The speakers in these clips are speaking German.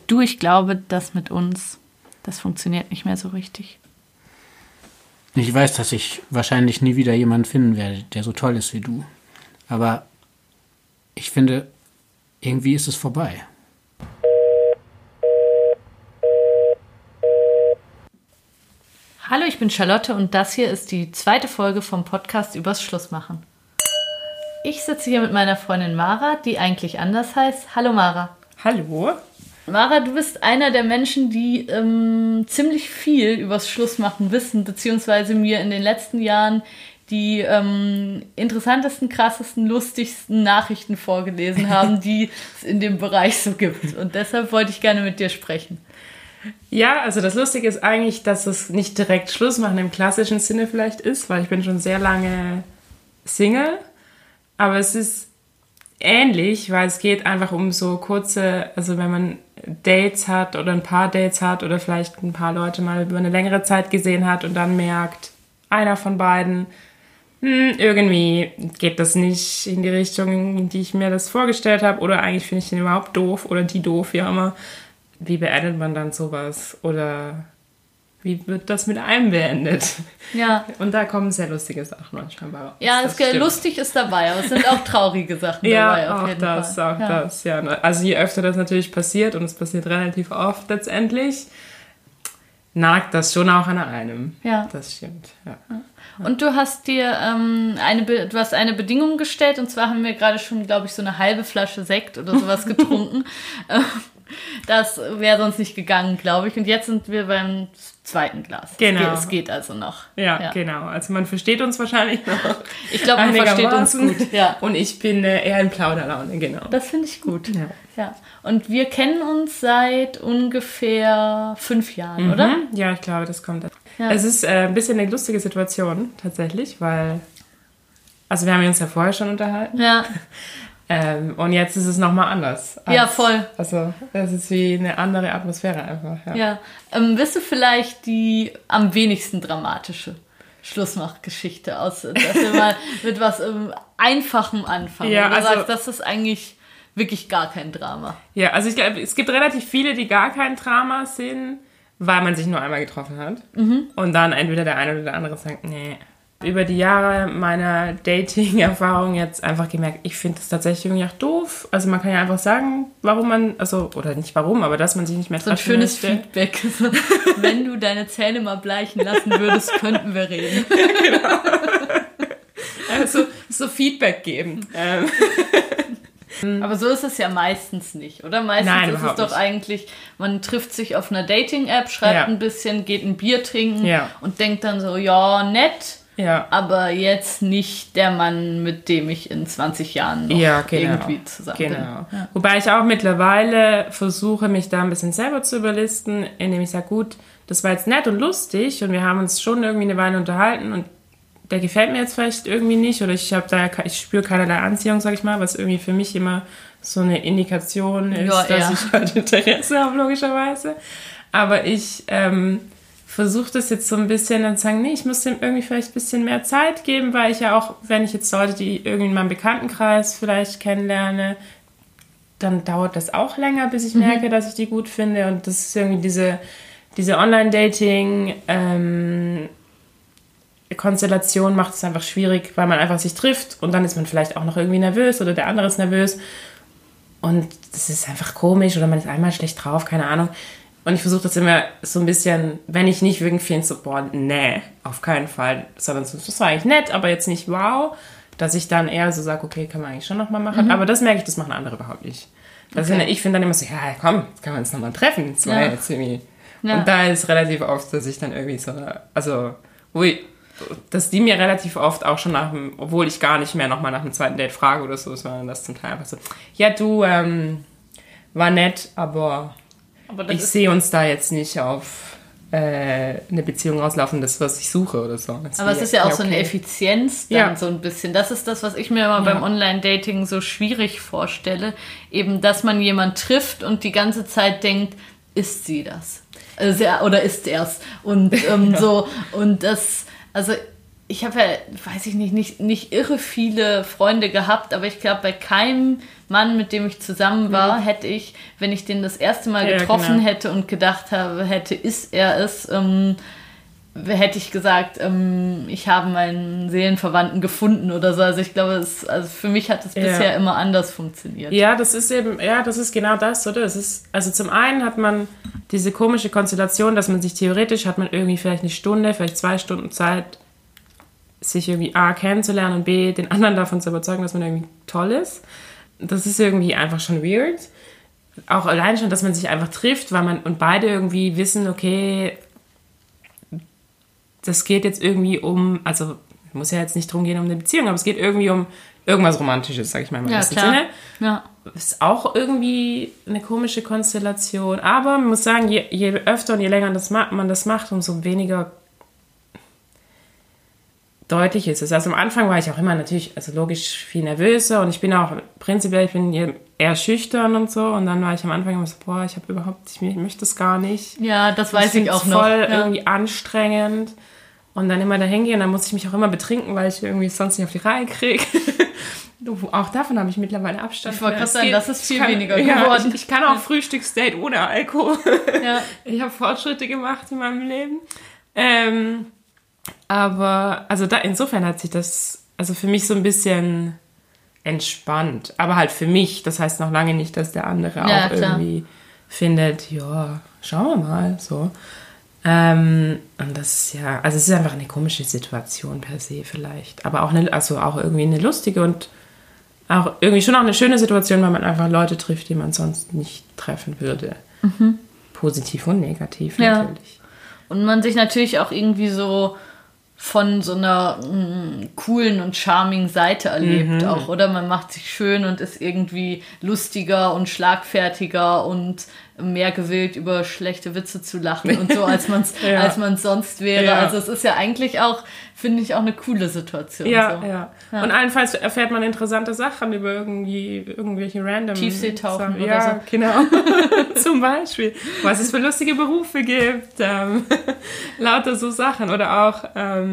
Du, ich glaube, das mit uns, das funktioniert nicht mehr so richtig. Ich weiß, dass ich wahrscheinlich nie wieder jemanden finden werde, der so toll ist wie du. Aber ich finde, irgendwie ist es vorbei. Hallo, ich bin Charlotte und das hier ist die 2. Folge vom Podcast übers Schlussmachen. Ich sitze hier mit meiner Freundin Mara, die eigentlich anders heißt. Hallo Mara. Hallo. Mara, du bist einer der Menschen, die ziemlich viel übers Schlussmachen wissen, beziehungsweise mir in den letzten Jahren die interessantesten, krassesten, lustigsten Nachrichten vorgelesen haben, die es in dem Bereich so gibt. Und deshalb wollte ich gerne mit dir sprechen. Ja, also das Lustige ist eigentlich, dass es nicht direkt Schlussmachen im klassischen Sinne vielleicht ist, weil ich bin schon sehr lange Single, aber es ist ähnlich, weil es geht einfach um so kurze, also wenn man Dates hat oder ein paar Dates hat oder vielleicht ein paar Leute mal über eine längere Zeit gesehen hat und dann merkt, einer von beiden, irgendwie geht das nicht in die Richtung, in die ich mir das vorgestellt habe oder eigentlich finde ich den überhaupt doof oder die doof, wie auch immer. Wie beendet man dann sowas? Oder wie wird das mit einem beendet? Ja. Und da kommen sehr lustige Sachen manchmal bei raus. Ja, lustig ist dabei, aber es sind auch traurige Sachen dabei. Auf jeden Fall. Das. Also je öfter das natürlich passiert, und es passiert relativ oft letztendlich, nagt das schon auch an einem. Ja. Das stimmt, ja. Und du hast dir eine Bedingung gestellt, und zwar haben wir gerade schon, glaube ich, so eine halbe Flasche Sekt oder sowas getrunken. Das wäre sonst nicht gegangen, glaube ich. Und jetzt sind wir beim 2. Glas. Genau. Es geht also noch. Ja, genau. Also man versteht uns wahrscheinlich noch. Ich glaube, man versteht uns gut. Ja. Und ich bin eher in Plauderlaune, genau. Das finde ich gut. Ja. Und wir kennen uns seit ungefähr 5 Jahren, oder? Ja, ich glaube, das kommt. Ja. Es ist ein bisschen eine lustige Situation, tatsächlich, weil, also wir haben uns ja vorher schon unterhalten. Ja. Und jetzt ist es nochmal anders. Ja, voll. Also es ist wie eine andere Atmosphäre einfach. Ja. Bist du vielleicht die am wenigsten dramatische Schlussmachgeschichte dass wir mal mit was Einfachem anfangen? Ja, Oder also, sagst, das ist eigentlich wirklich gar kein Drama? Ja, also ich glaube, es gibt relativ viele, die gar kein Drama sind, weil man sich nur einmal getroffen hat. Und dann entweder der eine oder der andere sagt, nee. Über die Jahre meiner Dating-Erfahrung jetzt einfach gemerkt, ich finde das tatsächlich irgendwie auch doof. Also man kann ja einfach sagen, warum man, also, oder nicht warum, aber dass man sich nicht mehr treffen So ein schönes möchte. Feedback. Wenn du deine Zähne mal bleichen lassen würdest, könnten wir reden. Genau. Also so Feedback geben. Aber so ist es ja meistens nicht, oder? Meistens ist es doch eigentlich, man trifft sich auf einer Dating-App, schreibt ein bisschen, geht ein Bier trinken und denkt dann so, ja, nett. Ja. Aber jetzt nicht der Mann, mit dem ich in 20 Jahren noch irgendwie zusammen bin. Ja. Wobei ich auch mittlerweile versuche, mich da ein bisschen selber zu überlisten, indem ich sage, gut, das war jetzt nett und lustig und wir haben uns schon irgendwie eine Weile unterhalten und der gefällt mir jetzt vielleicht irgendwie nicht oder ich spüre keinerlei Anziehung, sag ich mal, was irgendwie für mich immer so eine Indikation ist, dass ich halt Interesse habe, logischerweise. Aber ich versuche das jetzt so ein bisschen dann zu sagen, nee, ich muss dem irgendwie vielleicht ein bisschen mehr Zeit geben, weil ich ja auch, wenn ich jetzt Leute, die irgendwie in meinem Bekanntenkreis vielleicht kennenlerne, dann dauert das auch länger, bis ich merke, dass ich die gut finde. Und das ist irgendwie diese Online-Dating Konstellation macht es einfach schwierig, weil man einfach sich trifft und dann ist man vielleicht auch noch irgendwie nervös oder der andere ist nervös und das ist einfach komisch oder man ist einmal schlecht drauf, keine Ahnung. Und ich versuche das immer so ein bisschen, wenn ich nicht wirklich finde, so, boah, nee, auf keinen Fall, sondern so, das war eigentlich nett, aber jetzt nicht wow, dass ich dann eher so sage, okay, kann man eigentlich schon nochmal machen. Aber das merke ich, das machen andere überhaupt nicht. Ich finde dann immer so, ja, komm, jetzt kann man uns nochmal treffen. Jetzt irgendwie. Ja. Und da ist relativ oft, dass ich dann irgendwie so, also, dass die mir relativ oft auch schon obwohl ich gar nicht mehr nochmal nach dem zweiten Date frage oder so, sondern das zum Teil einfach so, ja, du, war nett, aber ich sehe uns da jetzt nicht auf eine Beziehung rauslaufen, das, was ich suche oder so. Aber es ist ja auch so eine Effizienz dann so ein bisschen. Das ist das, was ich mir immer beim Online-Dating so schwierig vorstelle. Eben, dass man jemanden trifft und die ganze Zeit denkt, ist sie das? Oder ist er's? Und so, und das, also ich habe ja, weiß ich nicht irre viele Freunde gehabt, aber ich glaube, bei keinem Mann, mit dem ich zusammen war, hätte ich, wenn ich den das erste Mal getroffen hätte und gedacht hätte, ist er es, hätte ich gesagt, ich habe meinen Seelenverwandten gefunden oder so. Also ich glaube, also für mich hat es bisher immer anders funktioniert. Ja, das ist genau das, oder? Also zum einen hat man diese komische Konstellation, dass man sich theoretisch hat man irgendwie vielleicht eine Stunde, vielleicht 2 Stunden Zeit, sich irgendwie A, kennenzulernen und B, den anderen davon zu überzeugen, dass man irgendwie toll ist. Das ist irgendwie einfach schon weird. Auch allein schon, dass man sich einfach trifft, weil man und beide irgendwie wissen, okay, das geht jetzt irgendwie also muss ja jetzt nicht drum gehen um eine Beziehung, aber es geht irgendwie um irgendwas Romantisches, sag ich mal im besten Sinne. Ja. Ist auch irgendwie eine komische Konstellation, aber man muss sagen, je öfter und je länger man das macht, umso weniger deutlich ist es. Also am Anfang war ich auch immer natürlich, also logisch viel nervöser und ich bin eher schüchtern und so und dann war ich am Anfang immer so, ich möchte das gar nicht. Ja, das weiß ich auch noch. Voll irgendwie anstrengend und dann immer da hingehen, dann muss ich mich auch immer betrinken, weil ich irgendwie sonst nicht auf die Reihe kriege. Auch davon habe ich mittlerweile Abstand. Ich wollte gerade sagen, das ist viel weniger geworden. Ich kann auch Frühstücksdate ohne Alkohol. Ja. Ich habe Fortschritte gemacht in meinem Leben. Aber also insofern hat sich das also für mich so ein bisschen entspannt. Aber halt für mich, das heißt noch lange nicht, dass der andere auch irgendwie findet, ja, schauen wir mal, so. Und das also es ist einfach eine komische Situation per se vielleicht. Aber auch auch irgendwie eine lustige und auch irgendwie schon auch eine schöne Situation, weil man einfach Leute trifft, die man sonst nicht treffen würde. Mhm. Positiv und negativ natürlich. Und man sich natürlich auch irgendwie so von so einer coolen und charming Seite erlebt auch, oder? Man macht sich schön und ist irgendwie lustiger und schlagfertiger und mehr gewillt, über schlechte Witze zu lachen und so, als man es sonst wäre. Ja. Also es ist ja eigentlich auch, finde ich, auch eine coole Situation. Ja. Und allenfalls erfährt man interessante Sachen über irgendwelche random Tiefseetauchen oder so. Ja, genau. Zum Beispiel. Was es für lustige Berufe gibt. Lauter so Sachen. Oder auch,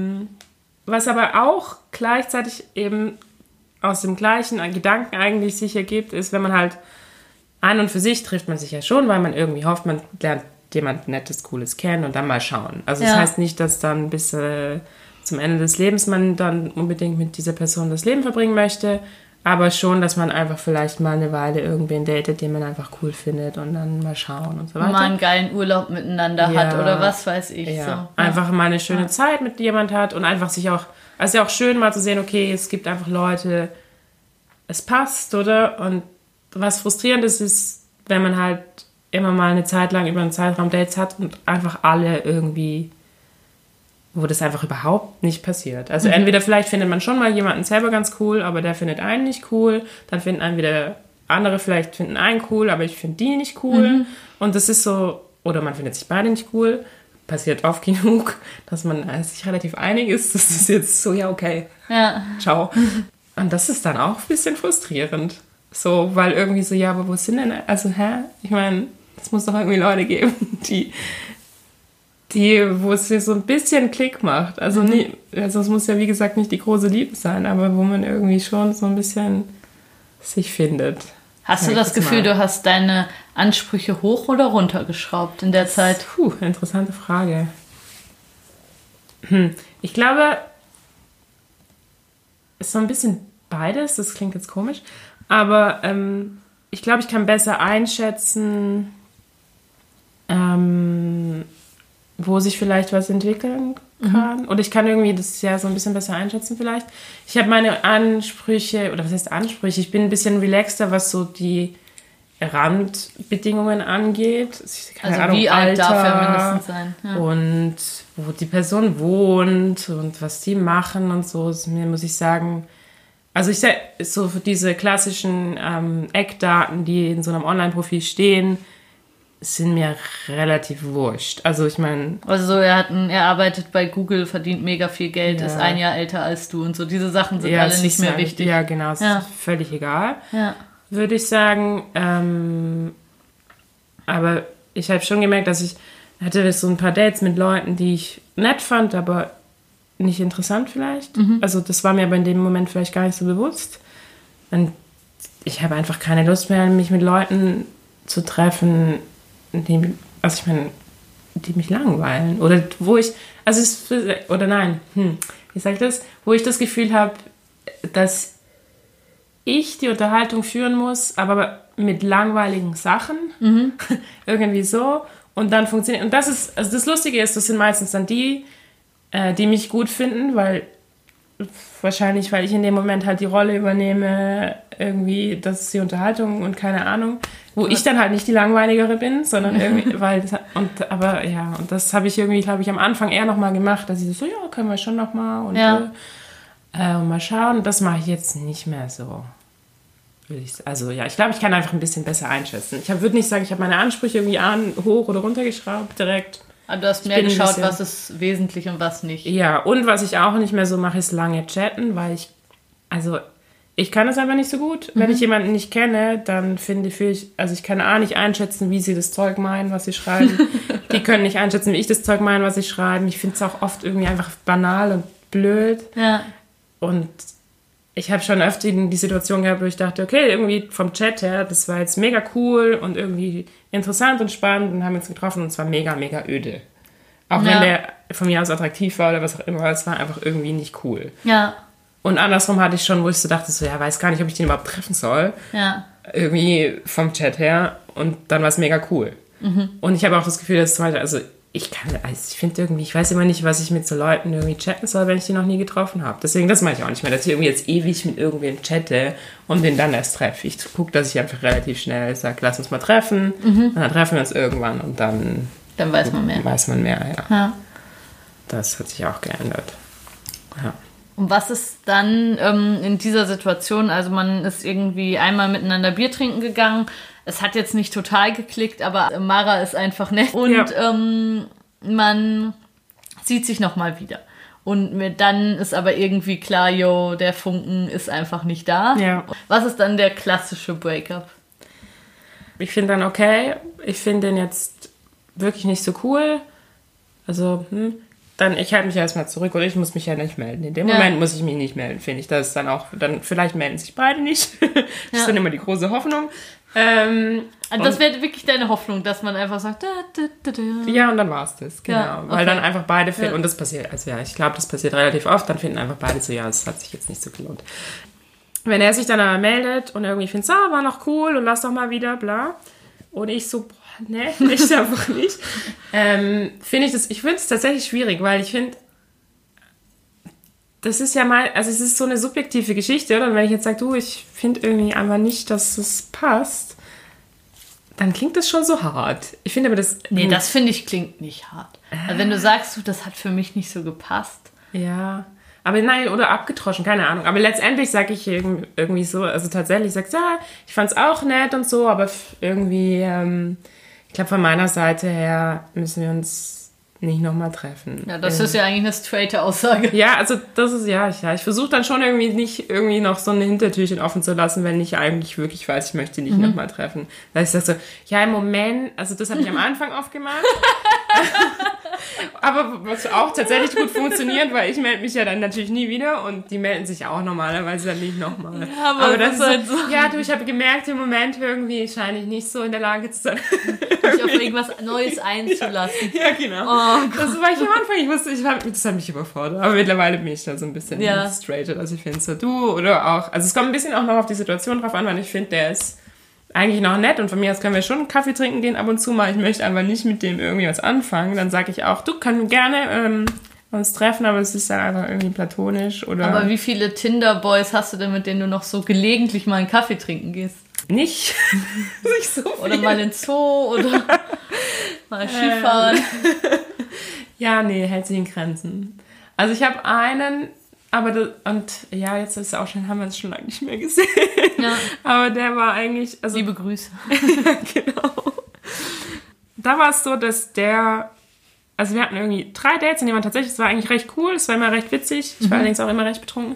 was aber auch gleichzeitig eben aus dem gleichen Gedanken eigentlich sich ergibt, ist, wenn man halt an und für sich trifft man sich ja schon, weil man irgendwie hofft, man lernt jemand Nettes, Cooles kennen und dann mal schauen. Also das heißt nicht, dass dann bis zum Ende des Lebens man dann unbedingt mit dieser Person das Leben verbringen möchte, aber schon, dass man einfach vielleicht mal eine Weile irgendwen datet, den man einfach cool findet und dann mal schauen und so weiter. Mal einen geilen Urlaub miteinander hat oder was weiß ich. Ja. So. Einfach mal eine schöne Zeit mit jemand hat und einfach sich auch, also ist ja auch schön mal zu sehen, okay, es gibt einfach Leute, es passt, oder? Und was frustrierend ist, wenn man halt immer mal eine Zeit lang über einen Zeitraum Dates hat und einfach alle irgendwie, wo das einfach überhaupt nicht passiert. Also entweder vielleicht findet man schon mal jemanden selber ganz cool, aber der findet einen nicht cool, dann finden einen wieder andere vielleicht finden einen cool, aber ich finde die nicht cool. Und das ist so, oder man findet sich beide nicht cool, passiert oft genug, dass man sich relativ einig ist, das ist jetzt so, ja okay, ciao. Und das ist dann auch ein bisschen frustrierend. So, weil irgendwie so, ja, aber wo sind denn, also, ich meine, es muss doch irgendwie Leute geben, wo es so ein bisschen Klick macht. Also, es muss ja, wie gesagt, nicht die große Liebe sein, aber wo man irgendwie schon so ein bisschen sich findet. Hast du das Gefühl, du hast deine Ansprüche hoch oder runtergeschraubt in der Zeit? Interessante Frage. Ich glaube, es ist so ein bisschen beides, das klingt jetzt komisch, aber ich glaube, ich kann besser einschätzen, wo sich vielleicht was entwickeln kann. Oder ich kann irgendwie das ja so ein bisschen besser einschätzen vielleicht. Ich habe meine Ansprüche, oder was heißt Ansprüche? Ich bin ein bisschen relaxter, was so die Randbedingungen angeht. Keine Ahnung, wie alt darf er mindestens sein? Ja. Und wo die Person wohnt und was die machen und so. Mir muss ich sagen, also ich so für diese klassischen Eckdaten, die in so einem Online-Profil stehen, sind mir relativ wurscht. Also ich meine... Also er arbeitet bei Google, verdient mega viel Geld, ist 1 Jahr älter als du und so. Diese Sachen sind alle nicht mehr wichtig. Ja, genau. Es ist völlig egal, würde ich sagen. Aber ich habe schon gemerkt, dass ich hatte so ein paar Dates mit Leuten, die ich nett fand, aber nicht interessant vielleicht. Also das war mir aber in dem Moment vielleicht gar nicht so bewusst. Und ich habe einfach keine Lust mehr, mich mit Leuten zu treffen, die mich langweilen. Oder wo ich, wie sage ich das? Wo ich das Gefühl habe, dass ich die Unterhaltung führen muss, aber mit langweiligen Sachen. Irgendwie so. Und dann funktioniert. Und das Lustige ist, das sind meistens dann die mich gut finden, weil ich in dem Moment halt die Rolle übernehme, irgendwie, das ist die Unterhaltung und keine Ahnung, wo ich dann halt nicht die Langweiligere bin, sondern irgendwie, und das habe ich irgendwie, glaube ich, am Anfang eher nochmal gemacht, dass ich so, ja, können wir schon nochmal und mal schauen. Das mache ich jetzt nicht mehr so. Ich glaube, ich kann einfach ein bisschen besser einschätzen. Ich würde nicht sagen, ich habe meine Ansprüche irgendwie hoch oder runter geschraubt direkt. Aber du hast mehr geschaut, was ist wesentlich und was nicht. Ja, und was ich auch nicht mehr so mache, ist lange chatten, weil ich kann das einfach nicht so gut. Wenn ich jemanden nicht kenne, dann ich kann nicht einschätzen, wie sie das Zeug meinen, was sie schreiben. Die können nicht einschätzen, wie ich das Zeug meine, was sie schreiben. Ich finde es auch oft irgendwie einfach banal und blöd. Ja. Und ich habe schon öfter die Situation gehabt, wo ich dachte, okay, irgendwie vom Chat her, das war jetzt mega cool und irgendwie interessant und spannend und haben uns getroffen und es war mega, mega öde. Auch wenn der von mir aus attraktiv war oder was auch immer, es war einfach irgendwie nicht cool. Ja. Und andersrum hatte ich schon, wo ich so dachte, weiß gar nicht, ob ich den überhaupt treffen soll. Ja. Irgendwie vom Chat her und dann war es mega cool. Und ich habe auch das Gefühl, dass zum Beispiel, ich finde irgendwie, ich weiß immer nicht, was ich mit so Leuten irgendwie chatten soll, wenn ich die noch nie getroffen habe. Deswegen, das mache ich auch nicht mehr, dass ich irgendwie jetzt ewig mit irgendwem chatte und den dann erst treffe. Ich gucke, dass ich einfach relativ schnell sage, lass uns mal treffen und dann treffen wir uns irgendwann und dann weiß man mehr. Weiß man mehr, ja. Das hat sich auch geändert. Ja. Und was ist dann in dieser Situation, also man ist irgendwie einmal miteinander Bier trinken gegangen, es hat jetzt nicht total geklickt, aber Mara ist einfach nett und man sieht sich nochmal wieder. Und dann ist aber irgendwie klar, der Funken ist einfach nicht da. Ja. Was ist dann der klassische Breakup? Ich finde dann okay, ich finde den jetzt wirklich nicht so cool. Dann ich halte mich erstmal zurück oder ich muss mich ja nicht melden. In dem Moment muss ich mich nicht melden, finde ich. Das ist dann auch, vielleicht melden sich beide nicht. Das ist dann immer die große Hoffnung. Das wäre wirklich deine Hoffnung, dass man einfach sagt, Ja, und dann war es das, genau. Ja, okay. Weil dann einfach beide finden, und das passiert, ich glaube, das passiert relativ oft, dann finden einfach beide so, es hat sich jetzt nicht so gelohnt. Wenn er sich dann aber meldet und irgendwie findet, war noch cool und lass doch mal wieder, bla. Und ich so, ich einfach nicht. Ich finde es tatsächlich schwierig, weil ich finde, das ist ja es ist so eine subjektive Geschichte, oder? Und wenn ich jetzt sage, ich finde irgendwie einfach nicht, dass es passt, dann klingt das schon so hart. Ich finde aber das... Nee, das finde ich klingt nicht hart. Also wenn du sagst, das hat für mich nicht so gepasst. Ja, aber nein, oder abgetroschen, keine Ahnung. Aber letztendlich sage ich irgendwie so, tatsächlich sagst ich fand es auch nett und so, aber irgendwie, ich glaube, von meiner Seite her müssen wir uns nicht nochmal treffen. Ja, das ist ja eigentlich eine straighte Aussage. Ja, das ist ich versuche dann schon irgendwie nicht irgendwie noch so ein Hintertürchen offen zu lassen, wenn ich eigentlich wirklich weiß, ich möchte nicht nochmal treffen. Weil ich sage so, im Moment, das habe ich am Anfang oft gemacht. Aber was auch tatsächlich gut funktioniert, weil ich melde mich ja dann natürlich nie wieder und die melden sich auch normalerweise dann nicht nochmal. Ja, aber das ist halt so. Ja, ich habe gemerkt, im Moment irgendwie scheine ich nicht so in der Lage zu sein, mich auf irgendwas Neues einzulassen. Ja, genau. Oh, das war ich am Anfang, das hat mich überfordert. Aber mittlerweile bin ich da so ein bisschen straighter. Also ich finde so, du oder auch, es kommt ein bisschen auch noch auf die Situation drauf an, weil ich finde, der ist eigentlich noch nett und von mir aus können wir schon einen Kaffee trinken gehen ab und zu mal. Ich möchte einfach nicht mit dem irgendwie was anfangen. Dann sage ich auch, du kannst gerne uns treffen, aber es ist dann einfach irgendwie platonisch. Oder aber wie viele Tinder-Boys hast du denn, mit denen du noch so gelegentlich mal einen Kaffee trinken gehst? Nicht so viel. Oder mal in Zoo oder mal Skifahren. Ja, nee, hält sich in Grenzen. Also ich habe einen, jetzt ist es auch schon, haben wir es schon lange nicht mehr gesehen. Ja. Aber der war eigentlich... Liebe Grüße. Genau. Da war es so, dass wir hatten irgendwie 3 Dates, in denen es war eigentlich recht cool, es war immer recht witzig. Ich war allerdings auch immer recht betrunken.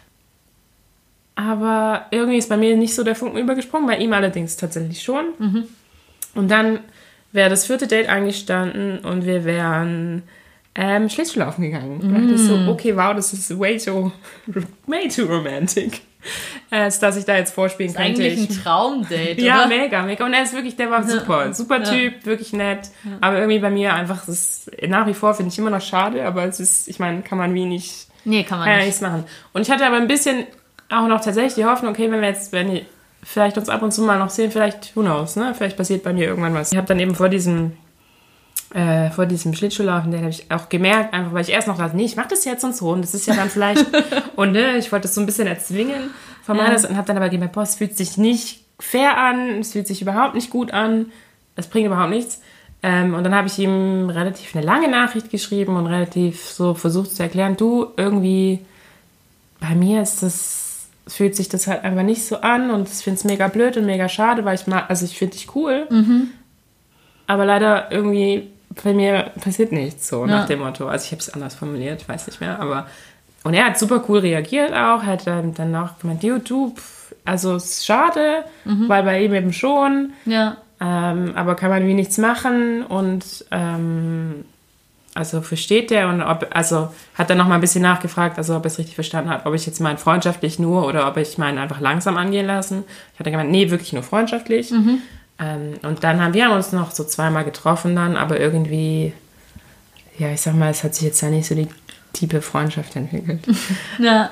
Aber irgendwie ist bei mir nicht so der Funken übergesprungen, bei ihm allerdings tatsächlich schon. Und dann wäre das 4. Date angestanden und wir wären Schlittschuhlaufen gegangen. Und dachte ich so, okay, wow, das ist way too romantic. als dass ich da jetzt vorspielen Das ist könnte. eigentlich ein Traumdate, Ja, oder? mega, mega. Und er ist wirklich, der war super. Super Typ, wirklich nett. Aber irgendwie bei mir einfach, das ist nach wie vor, finde ich immer noch schade, aber es ist, ich meine, kann man wenig, Nee, kann man ja nicht. nichts machen. Und ich hatte aber ein bisschen auch noch tatsächlich die Hoffnung, okay, wenn die vielleicht uns ab und zu mal noch sehen, vielleicht, who knows, ne? Vielleicht passiert bei mir irgendwann was. Ich habe dann eben vor diesem Schlittschuhlaufen, den habe ich auch gemerkt, einfach weil ich erst noch dachte, nee, ich mache das jetzt und so und das ist ja dann vielleicht, und ne, ich wollte das so ein bisschen erzwingen von meiner Seite und habe dann aber gemerkt, boah, es fühlt sich nicht fair an, es fühlt sich überhaupt nicht gut an, es bringt überhaupt nichts. Und dann habe ich ihm relativ eine lange Nachricht geschrieben und relativ so versucht zu erklären, du, irgendwie, bei mir fühlt sich das halt einfach nicht so an und ich finde es mega blöd und mega schade, weil ich finde dich cool, aber leider irgendwie bei mir passiert nichts, so nach dem Motto. Also ich habe es anders formuliert, weiß nicht mehr, aber und er hat super cool reagiert auch, hat dann auch gemeint, also es ist schade, weil bei ihm eben schon, Ja. aber kann man wie nichts machen und also versteht der und hat dann noch mal ein bisschen nachgefragt, also ob er es richtig verstanden hat, ob ich jetzt meinen freundschaftlich nur oder ob ich meinen einfach langsam angehen lassen. Ich hatte gemeint, nee, wirklich nur freundschaftlich. Und dann haben wir uns noch so zweimal getroffen dann, aber irgendwie, ja, ich sag mal, es hat sich jetzt ja nicht so die tiefe Freundschaft entwickelt. Ja.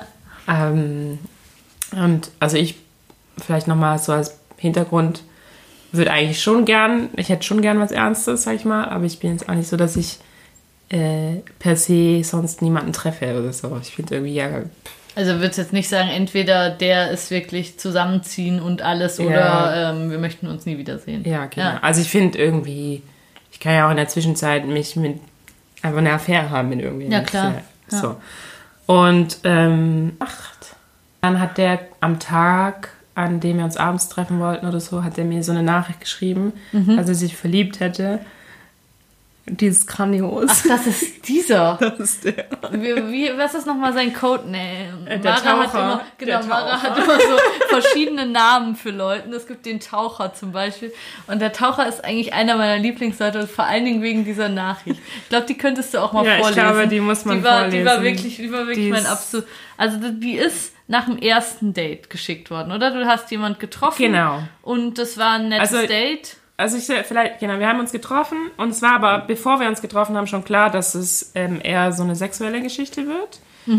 Und also ich, vielleicht nochmal so als Hintergrund, ich hätte schon gern was Ernstes, sag ich mal, aber ich bin jetzt auch nicht so, dass ich per se sonst niemanden treffe oder so. Ich finde irgendwie, ja. Also würdest jetzt nicht sagen, entweder der ist wirklich zusammenziehen und alles oder wir möchten uns nie wiedersehen. Ja, genau. Ja. Also ich finde irgendwie, ich kann ja auch in der Zwischenzeit mich mit einfach eine Affäre haben mit irgendwem. Ja, klar. Ja. So. Und dann hat der am Tag, an dem wir uns abends treffen wollten oder so, hat er mir so eine Nachricht geschrieben, dass er sich verliebt hätte. Dieses grandios. Ach, das ist dieser. Das ist der. Was ist nochmal sein Codename? Der Taucher. Mara hat immer so verschiedene Namen für Leute. Es gibt den Taucher zum Beispiel. Und der Taucher ist eigentlich einer meiner Lieblingsleute, vor allen Dingen wegen dieser Nachricht. Ich glaube, die könntest du auch mal vorlesen. Ich glaube, die muss man vorlesen. Die war wirklich mein absolut... Also die ist nach dem ersten Date geschickt worden, oder? Du hast jemand getroffen. Genau. Und das war ein nettes Date. Also wir haben uns getroffen und es war aber, bevor wir uns getroffen haben, schon klar, dass es eher so eine sexuelle Geschichte wird.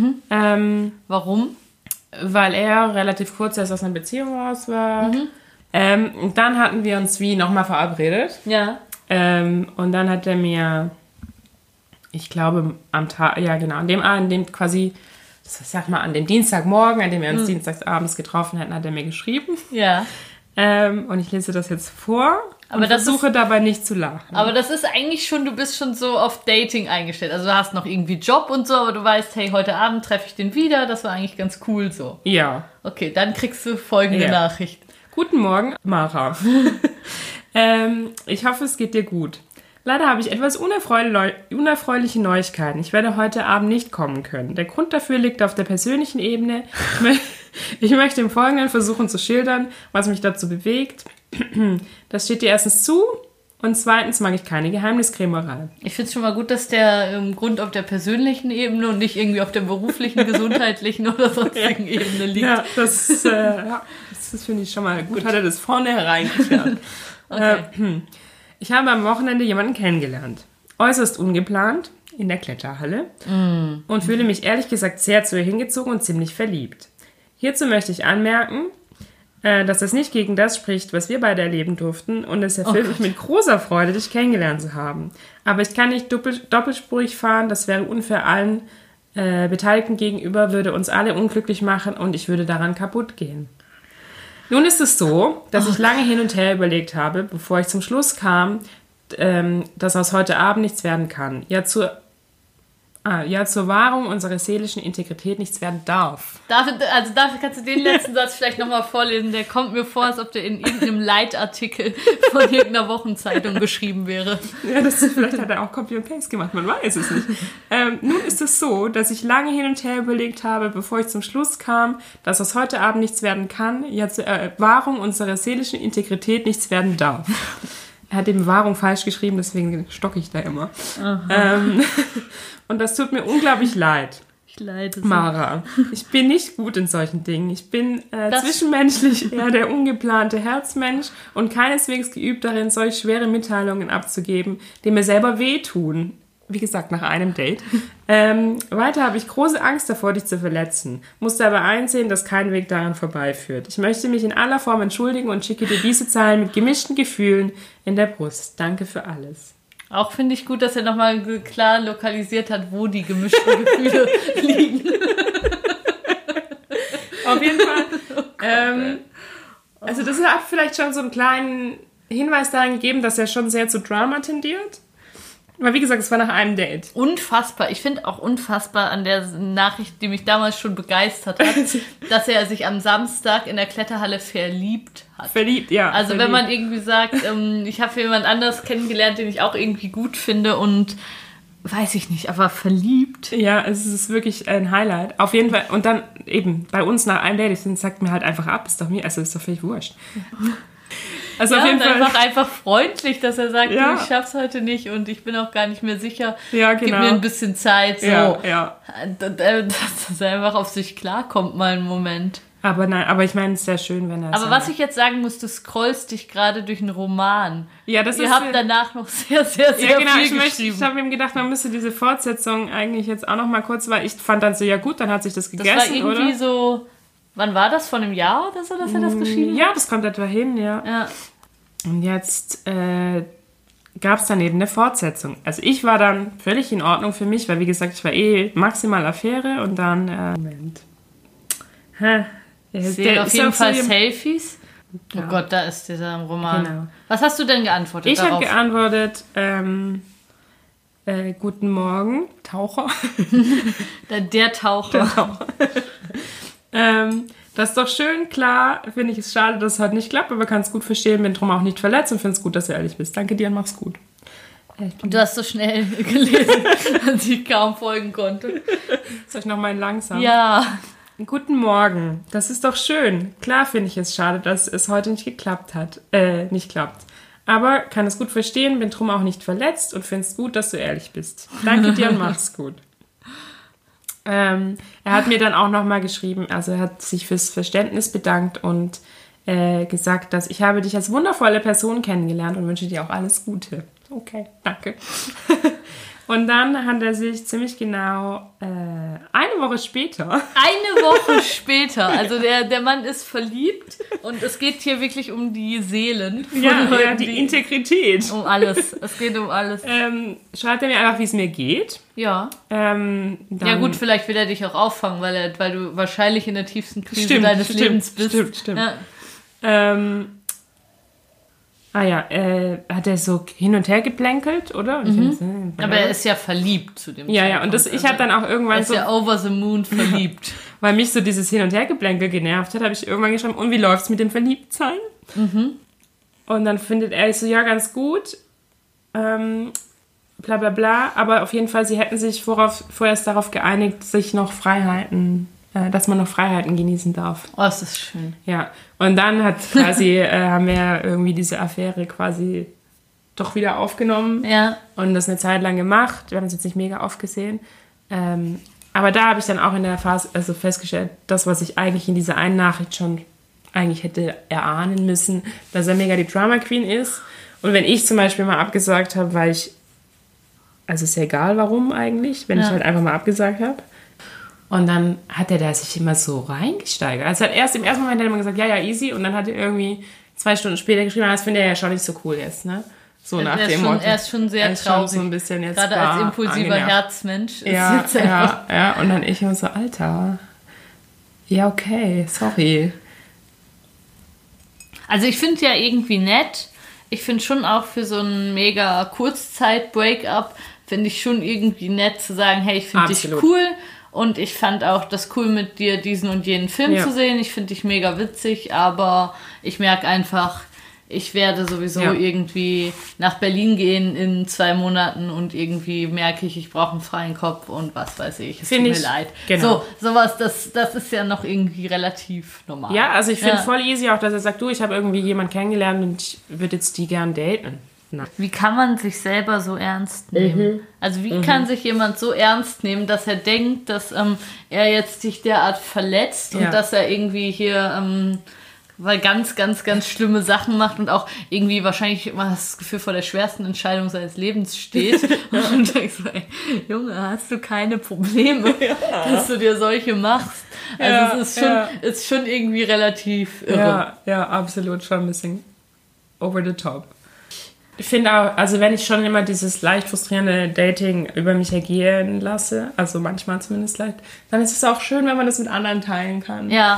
Warum? Weil er relativ kurz erst aus einer Beziehung raus war. Und dann hatten wir uns wie nochmal verabredet. Ja. Und dann hat er mir, ich glaube, am Tag, ja genau, an dem quasi, an dem Dienstagmorgen, an dem wir uns dienstagsabends getroffen hätten, hat er mir geschrieben. Ja. Und ich lese das jetzt vor. Aber versuche dabei nicht zu lachen. Aber das ist eigentlich schon, du bist schon so auf Dating eingestellt. Also du hast noch irgendwie Job und so, aber du weißt, hey, heute Abend treffe ich den wieder. Das war eigentlich ganz cool so. Ja. Okay, dann kriegst du folgende Nachricht. Guten Morgen, Mara. Ich hoffe, es geht dir gut. Leider habe ich etwas unerfreuliche Neuigkeiten. Ich werde heute Abend nicht kommen können. Der Grund dafür liegt auf der persönlichen Ebene. Ich möchte im Folgenden versuchen zu schildern, was mich dazu bewegt. Das steht dir erstens zu und zweitens mag ich keine Geheimniskrämerei. Ich finde es schon mal gut, dass der Grund auf der persönlichen Ebene und nicht irgendwie auf der beruflichen, gesundheitlichen oder sonstigen Ebene liegt. Ja, das finde ich schon mal gut. Hat er das vorne hereingeklärt. Okay. Ich habe am Wochenende jemanden kennengelernt. Äußerst ungeplant in der Kletterhalle und fühle mich ehrlich gesagt sehr zu ihr hingezogen und ziemlich verliebt. Hierzu möchte ich anmerken, dass das nicht gegen das spricht, was wir beide erleben durften und es erfüllt mich mit großer Freude, dich kennengelernt zu haben. Aber ich kann nicht doppelspurig fahren, das wäre unfair allen Beteiligten gegenüber, würde uns alle unglücklich machen und ich würde daran kaputt gehen. Nun ist es so, dass ich lange hin und her überlegt habe, bevor ich zum Schluss kam, dass aus heute Abend nichts werden kann. Ja, zur Wahrung unserer seelischen Integrität nichts werden darf. Dafür kannst du den letzten Satz vielleicht nochmal vorlesen. Der kommt mir vor, als ob der in irgendeinem Leitartikel von irgendeiner Wochenzeitung geschrieben wäre. Ja, vielleicht hat er auch Copy and Paste gemacht, man weiß es nicht. Nun ist es so, dass ich lange hin und her überlegt habe, bevor ich zum Schluss kam, dass aus heute Abend nichts werden kann, ja zur Wahrung unserer seelischen Integrität nichts werden darf. Er hat eben Wahrung falsch geschrieben, deswegen stocke ich da immer. Und das tut mir unglaublich leid. Ich leide so. Mara, ich bin nicht gut in solchen Dingen. Ich bin zwischenmenschlich eher der ungeplante Herzmensch und keineswegs geübt darin, solch schwere Mitteilungen abzugeben, die mir selber wehtun. Wie gesagt, nach einem Date. Weiter habe ich große Angst davor, dich zu verletzen. Musste aber einsehen, dass kein Weg daran vorbeiführt. Ich möchte mich in aller Form entschuldigen und schicke dir diese Zeilen mit gemischten Gefühlen in der Brust. Danke für alles. Auch finde ich gut, dass er nochmal klar lokalisiert hat, wo die gemischten Gefühle liegen. Auf jeden Fall. Also das hat vielleicht schon so einen kleinen Hinweis daran gegeben, dass er schon sehr zu Drama tendiert. Aber wie gesagt, es war nach einem Date. Unfassbar. Ich finde auch unfassbar an der Nachricht, die mich damals schon begeistert hat, dass er sich am Samstag in der Kletterhalle verliebt hat. Verliebt, ja. Also verliebt. wenn man irgendwie sagt, ich habe jemand anders kennengelernt, den ich auch irgendwie gut finde und weiß ich nicht, aber verliebt. Ja, es ist wirklich ein Highlight. Auf jeden Fall. Und dann eben bei uns nach einem Date, sagt mir halt einfach ab, ist doch völlig wurscht. Also ja, auf jeden Fall einfach freundlich, dass er sagt, ja. du, ich schaff's heute nicht und ich bin auch gar nicht mehr sicher. Ja, genau. Gib mir ein bisschen Zeit. So. Ja. Dass er einfach auf sich klarkommt mal einen Moment. Aber ich meine, es ist sehr schön, wenn er Aber was ich jetzt sagen muss, du scrollst dich gerade durch einen Roman. Ja, das Ihr habt danach noch sehr viel geschrieben. Ich habe ihm gedacht, man müsste diese Fortsetzung eigentlich jetzt auch noch mal kurz, weil ich fand dann so, ja gut, dann hat sich das gegessen, das war irgendwie oder? so, wann war das? Von einem Jahr oder so, dass er das geschrieben hat? Ja, das kommt etwa hin, ja. Und jetzt gab es dann eben eine Fortsetzung. Also ich war dann völlig in Ordnung für mich, weil wie gesagt, ich war maximal Affäre und dann, Moment. Ich sehe auf jeden Fall so Selfies. Oh Ja. Gott, da ist dieser Roman. Genau. Was hast du denn geantwortet Ich habe darauf? geantwortet, guten Morgen, Taucher. Der Taucher. Das ist doch schön, klar, finde ich es schade, dass es heute nicht klappt, aber kann es gut verstehen, bin drum auch nicht verletzt und finde es gut, dass du ehrlich bist. Danke dir und mach's gut. Du hast so schnell gelesen, dass ich kaum folgen konnte. Soll ich noch mal langsam? Ja. Guten Morgen, das ist doch schön. Klar finde ich es schade, dass es heute nicht geklappt hat. Nicht klappt. Aber kann es gut verstehen, bin drum auch nicht verletzt und finde es gut, dass du ehrlich bist. Danke dir und mach's gut. Er hat mir dann auch nochmal geschrieben, also er hat sich fürs Verständnis bedankt und gesagt, dass ich habe dich als wundervolle Person kennengelernt und wünsche dir auch alles Gute. Okay, danke. Und dann hat er sich ziemlich genau eine Woche später... Eine Woche später, also der Mann ist verliebt und es geht hier wirklich um die Seelen. Von Leuten, die Integrität. Um alles, es geht um alles. Schreibt er mir einfach, wie es mir geht. Ja. Dann, Ja gut, vielleicht will er dich auch auffangen, weil du wahrscheinlich in der tiefsten Krise deines Lebens bist. Stimmt. Ja. Hat er so hin und her geplänkelt, oder? Und Aber er ist ja verliebt zu dem Ja, und ich habe dann auch Er irgendwann ist so, ja over the moon verliebt. weil mich so dieses Hin- und Hergeplänkel genervt hat, habe ich irgendwann geschrieben, und wie läuft's mit dem Verliebtsein? Und dann findet er so, ja, ganz gut, bla bla bla, aber auf jeden Fall, sie hätten sich vorerst darauf geeinigt, sich noch Freiheiten, dass man noch Freiheiten genießen darf. Oh, das ist schön. Ja, und dann haben wir irgendwie diese Affäre quasi doch wieder aufgenommen Ja. und das eine Zeit lang gemacht. Wir haben es jetzt nicht mega oft gesehen. Aber da habe ich dann auch in der Phase festgestellt, das, was ich eigentlich in dieser einen Nachricht schon eigentlich hätte erahnen müssen, dass er mega die Drama Queen ist. Und wenn ich zum Beispiel mal abgesagt habe, weil also ist ja egal warum eigentlich, wenn ich halt einfach mal abgesagt habe. Und dann hat er da sich immer so reingesteigert. Also im ersten Moment hat er immer gesagt, ja, easy. Und dann hat er irgendwie 2 Stunden später geschrieben, das finde er ja schon nicht so cool jetzt, ne? So nach dem Motto. Er ist schon sehr traurig. So ein bisschen jetzt gerade als impulsiver angenervt. Herzmensch. Ist Ja, jetzt einfach ja. Und dann ich immer so, Alter. Ja, okay, sorry. Also ich finde ja irgendwie nett. Ich finde schon auch für so ein mega Kurzzeit-Breakup finde ich schon irgendwie nett zu sagen, hey, ich finde dich Absolut. cool und ich fand auch das cool mit dir diesen und jenen Film Ja. zu sehen. Ich finde dich mega witzig, aber ich merke einfach, ich werde sowieso irgendwie nach Berlin gehen in 2 Monaten und irgendwie merke ich brauche einen freien Kopf und was weiß ich. Es tut mir leid. Genau. So, sowas, das ist ja noch irgendwie relativ normal. Ja, also ich finde voll easy auch, dass er sagt, du, ich habe irgendwie jemanden kennengelernt und ich würde jetzt die gern daten. Nein. Wie kann man sich selber so ernst nehmen? Also wie kann sich jemand so ernst nehmen, dass er denkt, dass er jetzt sich derart verletzt und dass er irgendwie hier weil ganz, ganz, ganz schlimme Sachen macht und auch irgendwie wahrscheinlich immer das Gefühl vor der schwersten Entscheidung seines Lebens steht. Und denkst so, ey, Junge, hast du keine Probleme, dass du dir solche machst? Also es ist schon irgendwie relativ irre. Ja, absolut, schon ein bisschen over the top. Ich finde auch, also wenn ich schon immer dieses leicht frustrierende Dating über mich ergehen lasse, also manchmal zumindest leicht, dann ist es auch schön, wenn man das mit anderen teilen kann. Ja.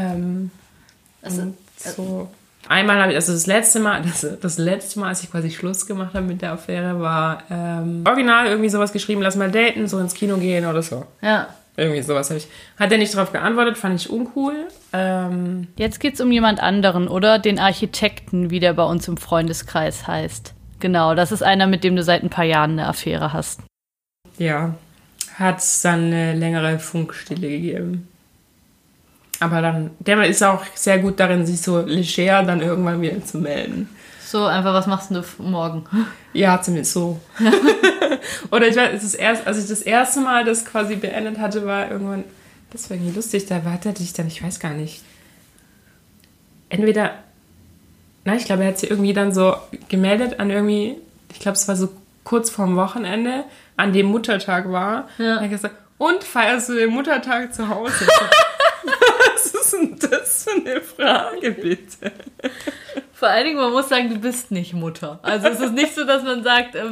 So. Einmal habe ich, also das letzte Mal, als ich quasi Schluss gemacht habe mit der Affäre, war original irgendwie sowas geschrieben, lass mal daten, so ins Kino gehen oder so. Ja. Irgendwie sowas habe ich. Hat er nicht darauf geantwortet, fand ich uncool. Jetzt geht's um jemand anderen, oder? Den Architekten, wie der bei uns im Freundeskreis heißt. Genau, das ist einer, mit dem du seit ein paar Jahren eine Affäre hast. Ja, hat es dann eine längere Funkstille gegeben. Aber dann, der ist auch sehr gut darin, sich so leger dann irgendwann wieder zu melden. So, einfach, was machst du morgen? Ja, zumindest so. Oder ich weiß, als ich das erste Mal das quasi beendet hatte, war irgendwann, das war irgendwie lustig, da wartete ich dann, ich weiß gar nicht. Entweder, ich glaube, er hat sich irgendwie dann so gemeldet an irgendwie, ich glaube, es war so kurz vorm Wochenende, an dem Muttertag war. Ja. Und er hat gesagt, und feierst du den Muttertag zu Hause? Was ist denn das für eine Frage, bitte? Vor allen Dingen, man muss sagen, du bist nicht Mutter. Also es ist nicht so, dass man sagt, es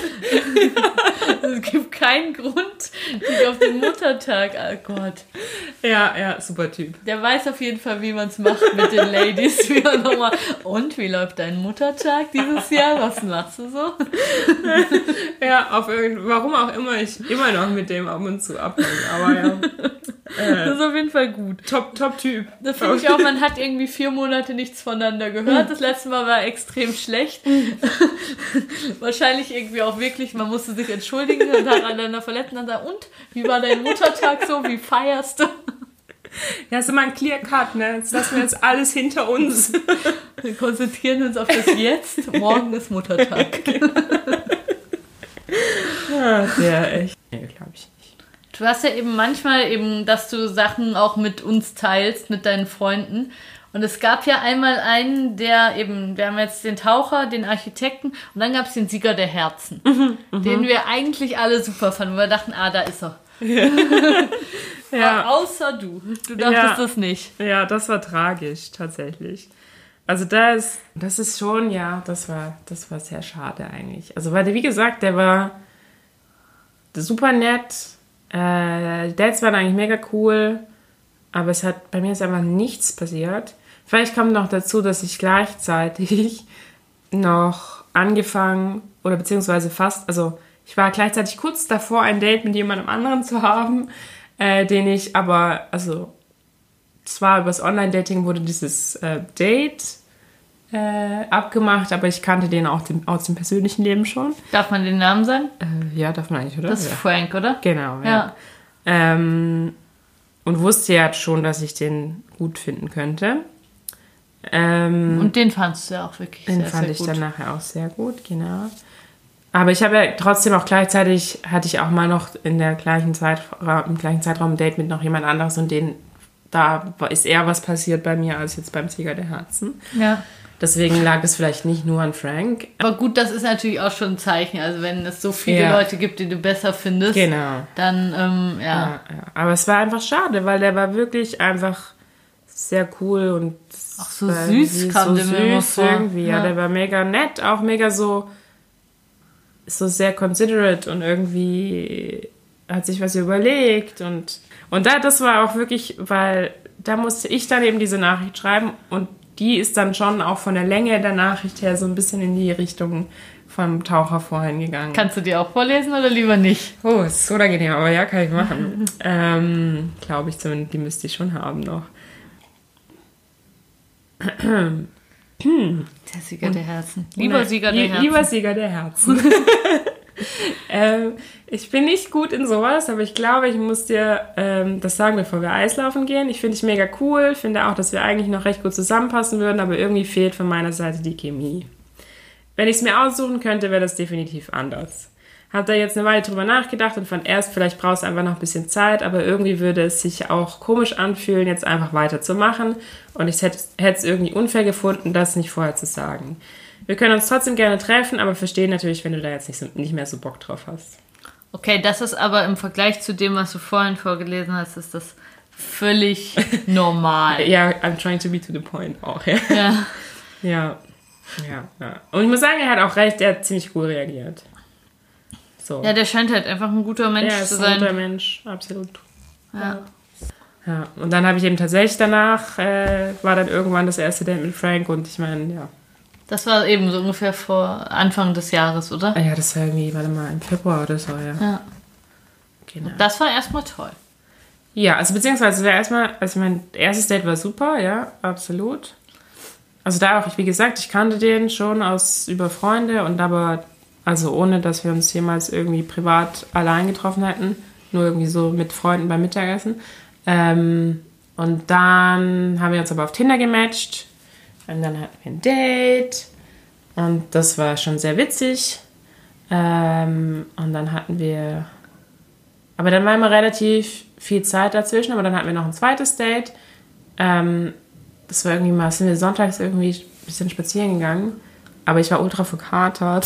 gibt keinen Grund, dich auf den Muttertag, oh Gott. Ja, super Typ. Der weiß auf jeden Fall, wie man es macht mit den Ladies. Und wie läuft dein Muttertag dieses Jahr? Was machst du so? Ja, warum auch immer ich immer noch mit dem ab und zu abhänge. Aber ja. Das ist auf jeden Fall gut. Top-Typ. Das finde ich auch, man hat irgendwie 4 Monate nichts voneinander gehört. Das letzte Mal war extrem schlecht. Wahrscheinlich irgendwie auch wirklich, man musste sich entschuldigen und aneinander verletzen und dann sagen, und, wie war dein Muttertag so? Wie feierst du? Ja, ist immer ein Clear-Cut, ne? Jetzt lassen wir jetzt alles hinter uns. Wir konzentrieren uns auf das Jetzt. Morgen ist Muttertag. Ja, der echt. Nee, glaube ich nicht. Du hast ja eben manchmal eben, dass du Sachen auch mit uns teilst, mit deinen Freunden. Und es gab ja einmal einen, der eben, wir haben jetzt den Taucher, den Architekten und dann gab es den Sieger der Herzen, den wir eigentlich alle super fanden, wo wir dachten, da ist er. Ja. Außer du. Du dachtest das nicht. Ja, das war tragisch, tatsächlich. Also das ist schon, ja, das war sehr schade eigentlich. Also weil, wie gesagt, der war super nett, die Dates waren eigentlich mega cool, aber bei mir ist einfach nichts passiert. Vielleicht kommt noch dazu, dass ich gleichzeitig noch angefangen oder beziehungsweise ich war gleichzeitig kurz davor, ein Date mit jemandem anderen zu haben, den ich aber, also zwar übers Online-Dating wurde dieses Date abgemacht, aber ich kannte den auch aus dem persönlichen Leben schon. Darf man den Namen sagen? Ja, darf man eigentlich, oder? Das ist Frank, oder? Genau, ja. Und wusste ja schon, dass ich den gut finden könnte. Und den fandst du ja auch wirklich sehr, sehr gut. Den fand ich dann nachher auch sehr gut, genau. Aber ich habe ja trotzdem auch gleichzeitig, hatte ich auch mal noch im gleichen Zeitraum ein Date mit noch jemand anderes und da ist eher was passiert bei mir als jetzt beim Sieger der Herzen. Ja. Deswegen lag es vielleicht nicht nur an Frank. Aber gut, das ist natürlich auch schon ein Zeichen. Also wenn es so viele Leute gibt, die du besser findest, dann, ja. Aber es war einfach schade, weil der war wirklich einfach sehr cool und auch so süß kam der mir immer vor. Irgendwie. Ja, der war mega nett, auch mega so sehr considerate und irgendwie hat sich was überlegt und das war auch wirklich, weil da musste ich dann eben diese Nachricht schreiben und die ist dann schon auch von der Länge der Nachricht her so ein bisschen in die Richtung vom Taucher vorhin gegangen. Kannst du die auch vorlesen oder lieber nicht? Oh, es ist unangenehm, aber ja, kann ich machen. Glaube ich zumindest, die müsste ich schon haben noch. Der Sieger der Herzen. Lieber Sieger der Herzen. Lieber Sieger der Herzen. Ich bin nicht gut in sowas, aber ich glaube, ich muss dir das sagen, bevor wir Eislaufen gehen. Ich finde dich mega cool, finde auch, dass wir eigentlich noch recht gut zusammenpassen würden, aber irgendwie fehlt von meiner Seite die Chemie. wenn ich es mir aussuchen könnte, wäre das definitiv anders. Hab da jetzt eine Weile drüber nachgedacht und fand erst, vielleicht brauchst du einfach noch ein bisschen Zeit, aber irgendwie würde es sich auch komisch anfühlen, jetzt einfach weiterzumachen. Und ich hätte es irgendwie unfair gefunden, das nicht vorher zu sagen. Wir können uns trotzdem gerne treffen, aber verstehen natürlich, wenn du da jetzt nicht mehr so Bock drauf hast. Okay, das ist aber im Vergleich zu dem, was du vorhin vorgelesen hast, ist das völlig normal. Ja, I'm trying to be to the point auch. Ja. Ja. Ja. Und ich muss sagen, er hat auch recht, er hat ziemlich cool reagiert. So. Ja, der scheint halt einfach ein guter Mensch zu sein. Ja, ist ein guter Mensch, absolut. Ja, und dann habe ich eben tatsächlich danach, war dann irgendwann das erste Date mit Frank und ich meine, ja. Das war eben so ungefähr vor Anfang des Jahres, oder? Ja, das war irgendwie, warte mal, im Februar oder so, ja. Genau. Das war erstmal toll. Ja, also beziehungsweise mein erstes Date war super, ja, absolut. Also da auch, wie gesagt, ich kannte den schon über Freunde und aber, also ohne, dass wir uns jemals irgendwie privat allein getroffen hätten, nur irgendwie so mit Freunden beim Mittagessen. Und dann haben wir uns aber auf Tinder gematcht und dann hatten wir ein Date und das war schon sehr witzig. Und dann aber dann war immer relativ viel Zeit dazwischen, aber dann hatten wir noch ein zweites Date. Das war irgendwie mal, sind wir sonntags irgendwie ein bisschen spazieren gegangen, aber ich war ultra verkatert.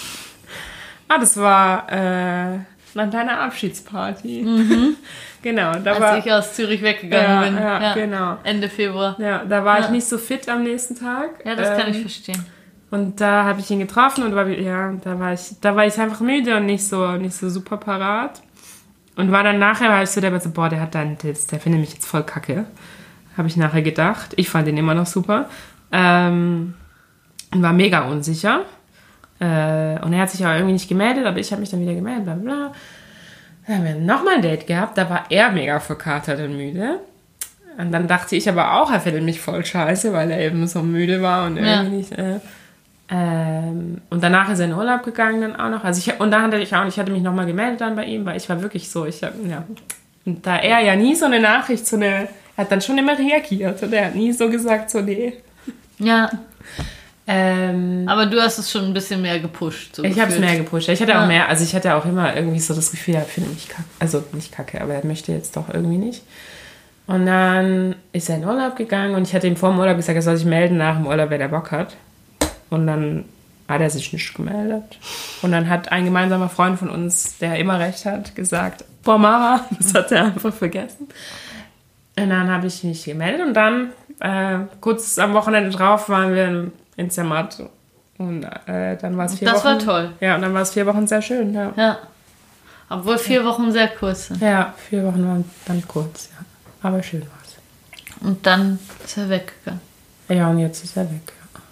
Das war nach deiner Abschiedsparty. Mhm. Genau. Als ich aus Zürich weggegangen bin. Ja, genau. Ende Februar. Ja, da war ich nicht so fit am nächsten Tag. Ja, das kann ich verstehen. Und da habe ich ihn getroffen und da war ich einfach müde und nicht so super parat. Und war dann nachher, war ich so, der findet mich jetzt voll kacke. Habe ich nachher gedacht. Ich fand ihn immer noch super. Und war mega unsicher. Und er hat sich auch irgendwie nicht gemeldet, aber ich habe mich dann wieder gemeldet, bla bla. Dann haben wir nochmal ein Date gehabt, da war er mega verkatert und müde. Und dann dachte ich aber auch, er findet mich voll scheiße, weil er eben so müde war und irgendwie nicht. Und danach ist er in den Urlaub gegangen dann auch noch. Ich hatte mich nochmal gemeldet dann bei ihm, weil ich war wirklich so, und da er ja nie so eine Nachricht, er hat dann schon immer reagiert und er hat nie so gesagt, so nee. Ja. Aber du hast es schon ein bisschen mehr gepusht. So ich habe es mehr gepusht. Ich hatte auch mehr, also ich hatte auch immer irgendwie so das Gefühl, er findet mich kacke. Also nicht kacke, aber er möchte jetzt doch irgendwie nicht. Und dann ist er in Urlaub gegangen und ich hatte ihm vor dem Urlaub gesagt, er soll sich melden nach dem Urlaub, wenn er Bock hat. Und dann hat er sich nicht gemeldet. Und dann hat ein gemeinsamer Freund von uns, der immer recht hat, gesagt, boah Mara, das hat er einfach vergessen. Und dann habe ich mich gemeldet und dann kurz am Wochenende drauf waren wir in Zermatt. Und dann war es 4 Wochen. Das war toll. Ja, und dann war es 4 Wochen sehr schön. Ja. Obwohl 4 Wochen sehr kurz sind. Ja, 4 Wochen waren dann kurz, ja. Aber schön war es. Und dann ist er weggegangen. Ja, und jetzt ist er weg.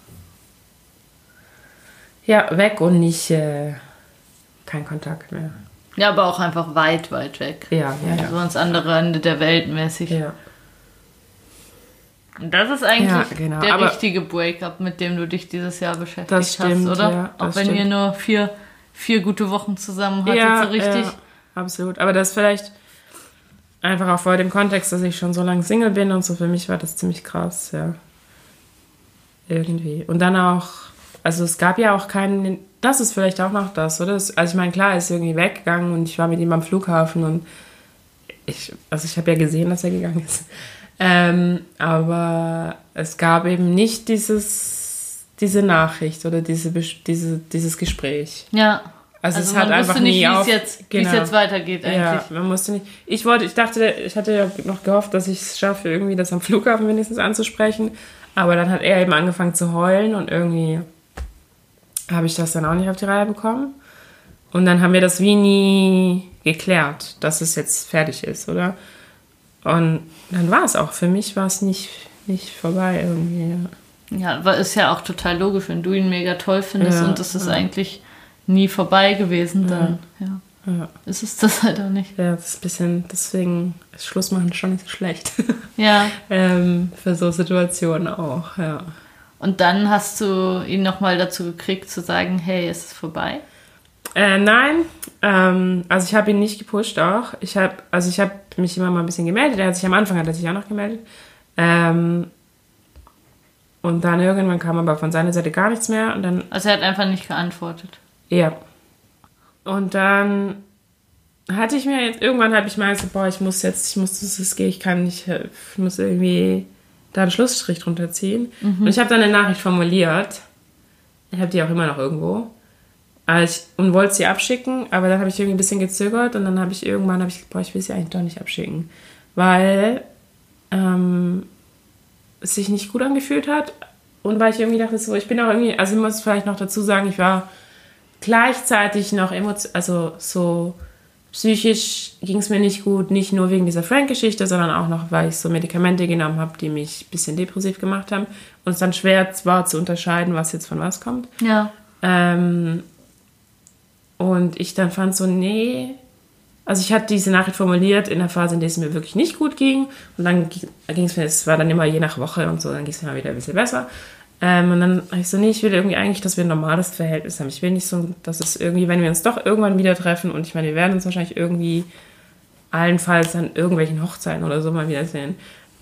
Ja, weg und nicht kein Kontakt mehr. Ja, aber auch einfach weit, weit weg. Ja. So ans andere Ende der Welt mäßig. Ja. Und das ist eigentlich der aber richtige Breakup, mit dem du dich dieses Jahr beschäftigt das stimmt, hast, oder? Ja, auch wenn ihr nur 4 gute Wochen zusammen hattet, so richtig. Ja, absolut. Aber das vielleicht einfach auch vor dem Kontext, dass ich schon so lange Single bin und so, für mich war das ziemlich krass, ja. Irgendwie. Und dann auch, also es gab ja auch keinen, das ist vielleicht auch noch das, oder? Also ich meine, klar, er ist irgendwie weggegangen und ich war mit ihm am Flughafen und ich habe ja gesehen, dass er gegangen ist. Aber es gab eben nicht diese Nachricht oder dieses Gespräch. Ja. Also es hat einfach nie wie es jetzt weitergeht eigentlich. Ja, man musste nicht. Ich hatte ja noch gehofft, dass ich es schaffe, irgendwie das am Flughafen wenigstens anzusprechen. Aber dann hat er eben angefangen zu heulen und irgendwie habe ich das dann auch nicht auf die Reihe bekommen. Und dann haben wir das wie nie geklärt, dass es jetzt fertig ist, oder? Und dann war es auch. Für mich war es nicht vorbei irgendwie. Ja, aber ist ja auch total logisch, wenn du ihn mega toll findest und das ist eigentlich nie vorbei gewesen, dann ist es das halt auch nicht. Ja, das ist ein bisschen, deswegen ist Schluss machen schon nicht so schlecht. Ja. Für so Situationen auch, ja. Und dann hast du ihn nochmal dazu gekriegt zu sagen, hey, ist es vorbei? Nein, also ich habe ihn nicht gepusht auch. Ich habe mich immer mal ein bisschen gemeldet. Am Anfang hat er sich auch noch gemeldet. Und dann irgendwann kam aber von seiner Seite gar nichts mehr. Und dann, Also er hat einfach nicht geantwortet. ja. Und dann hatte ich mir jetzt, irgendwann habe ich mal gesagt, boah, ich muss das gehen, ich kann nicht, ich muss irgendwie da einen Schlussstrich drunter ziehen. Und ich habe dann eine Nachricht formuliert. Ich habe die auch immer noch irgendwo. Und wollte sie abschicken, aber dann habe ich irgendwie ein bisschen gezögert und dann habe ich irgendwann, boah, ich will sie eigentlich doch nicht abschicken. Weil es sich nicht gut angefühlt hat und weil ich irgendwie dachte, so, ich bin auch irgendwie, also ich muss vielleicht noch dazu sagen, ich war gleichzeitig noch also so psychisch ging es mir nicht gut, nicht nur wegen dieser Frank-Geschichte, sondern auch noch, weil ich so Medikamente genommen habe, die mich ein bisschen depressiv gemacht haben und es dann schwer war zu unterscheiden, was jetzt von was kommt. Ja. Und ich dann fand so, nee, also ich hatte diese Nachricht formuliert in der Phase, in der es mir wirklich nicht gut ging und dann ging es mir, es war dann immer je nach Woche und so, dann ging es mir mal wieder ein bisschen besser. Und dann habe ich so, nee, ich will irgendwie eigentlich, dass wir ein normales Verhältnis haben. Ich will nicht so, dass es irgendwie, wenn wir uns doch irgendwann wieder treffen und ich meine, wir werden uns wahrscheinlich irgendwie allenfalls an irgendwelchen Hochzeiten oder so mal wiedersehen,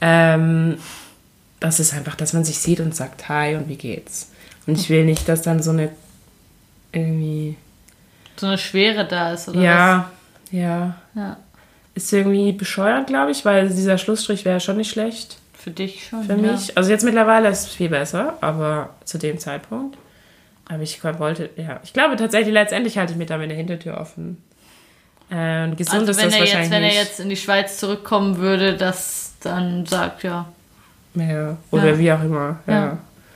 das ist einfach, dass man sich sieht und sagt, hi und wie geht's? Und ich will nicht, dass dann so eine irgendwie... So eine Schwere da ist, oder ja, was? Ja. Ja. Ist irgendwie bescheuert, glaube ich, weil dieser Schlussstrich wäre schon nicht schlecht. Für dich schon, Für mich. Also jetzt mittlerweile ist es viel besser, aber zu dem Zeitpunkt. Aber ich glaube tatsächlich, letztendlich halte ich mir damit eine Hintertür offen. Und gesund Also ist das wahrscheinlich nicht. Wenn er jetzt in die Schweiz zurückkommen würde, das dann sagt, ja. Ja, oder wie auch immer. Ja.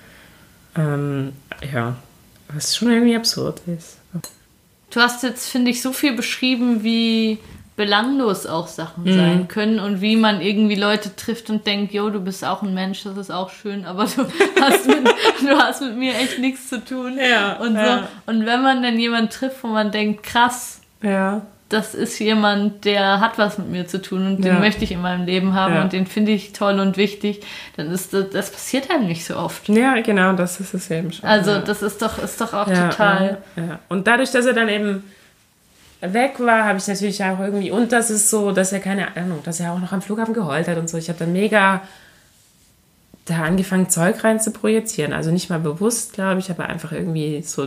Was schon irgendwie absurd ist. Du hast jetzt, finde ich, so viel beschrieben, wie belanglos auch Sachen sein können und wie man irgendwie Leute trifft und denkt, jo, du bist auch ein Mensch, das ist auch schön, aber du hast mit mir echt nichts zu tun. Ja, und so. ja. Und wenn man dann jemanden trifft, wo man denkt, krass, Ja. das ist jemand, der hat was mit mir zu tun und den Ja. möchte ich in meinem Leben haben Ja. und den finde ich toll und wichtig, dann ist das passiert einem nicht so oft. Ja, genau, das ist es eben schon. Also ja. das ist doch auch Ja, total... Ja. Und dadurch, dass er dann eben weg war, habe ich natürlich auch irgendwie, und das ist so, dass er keine Ahnung, dass er auch noch am Flughafen geheult hat und so. Ich habe dann mega da angefangen, Zeug rein zu projizieren. Also nicht mal bewusst, glaube ich, aber einfach irgendwie so,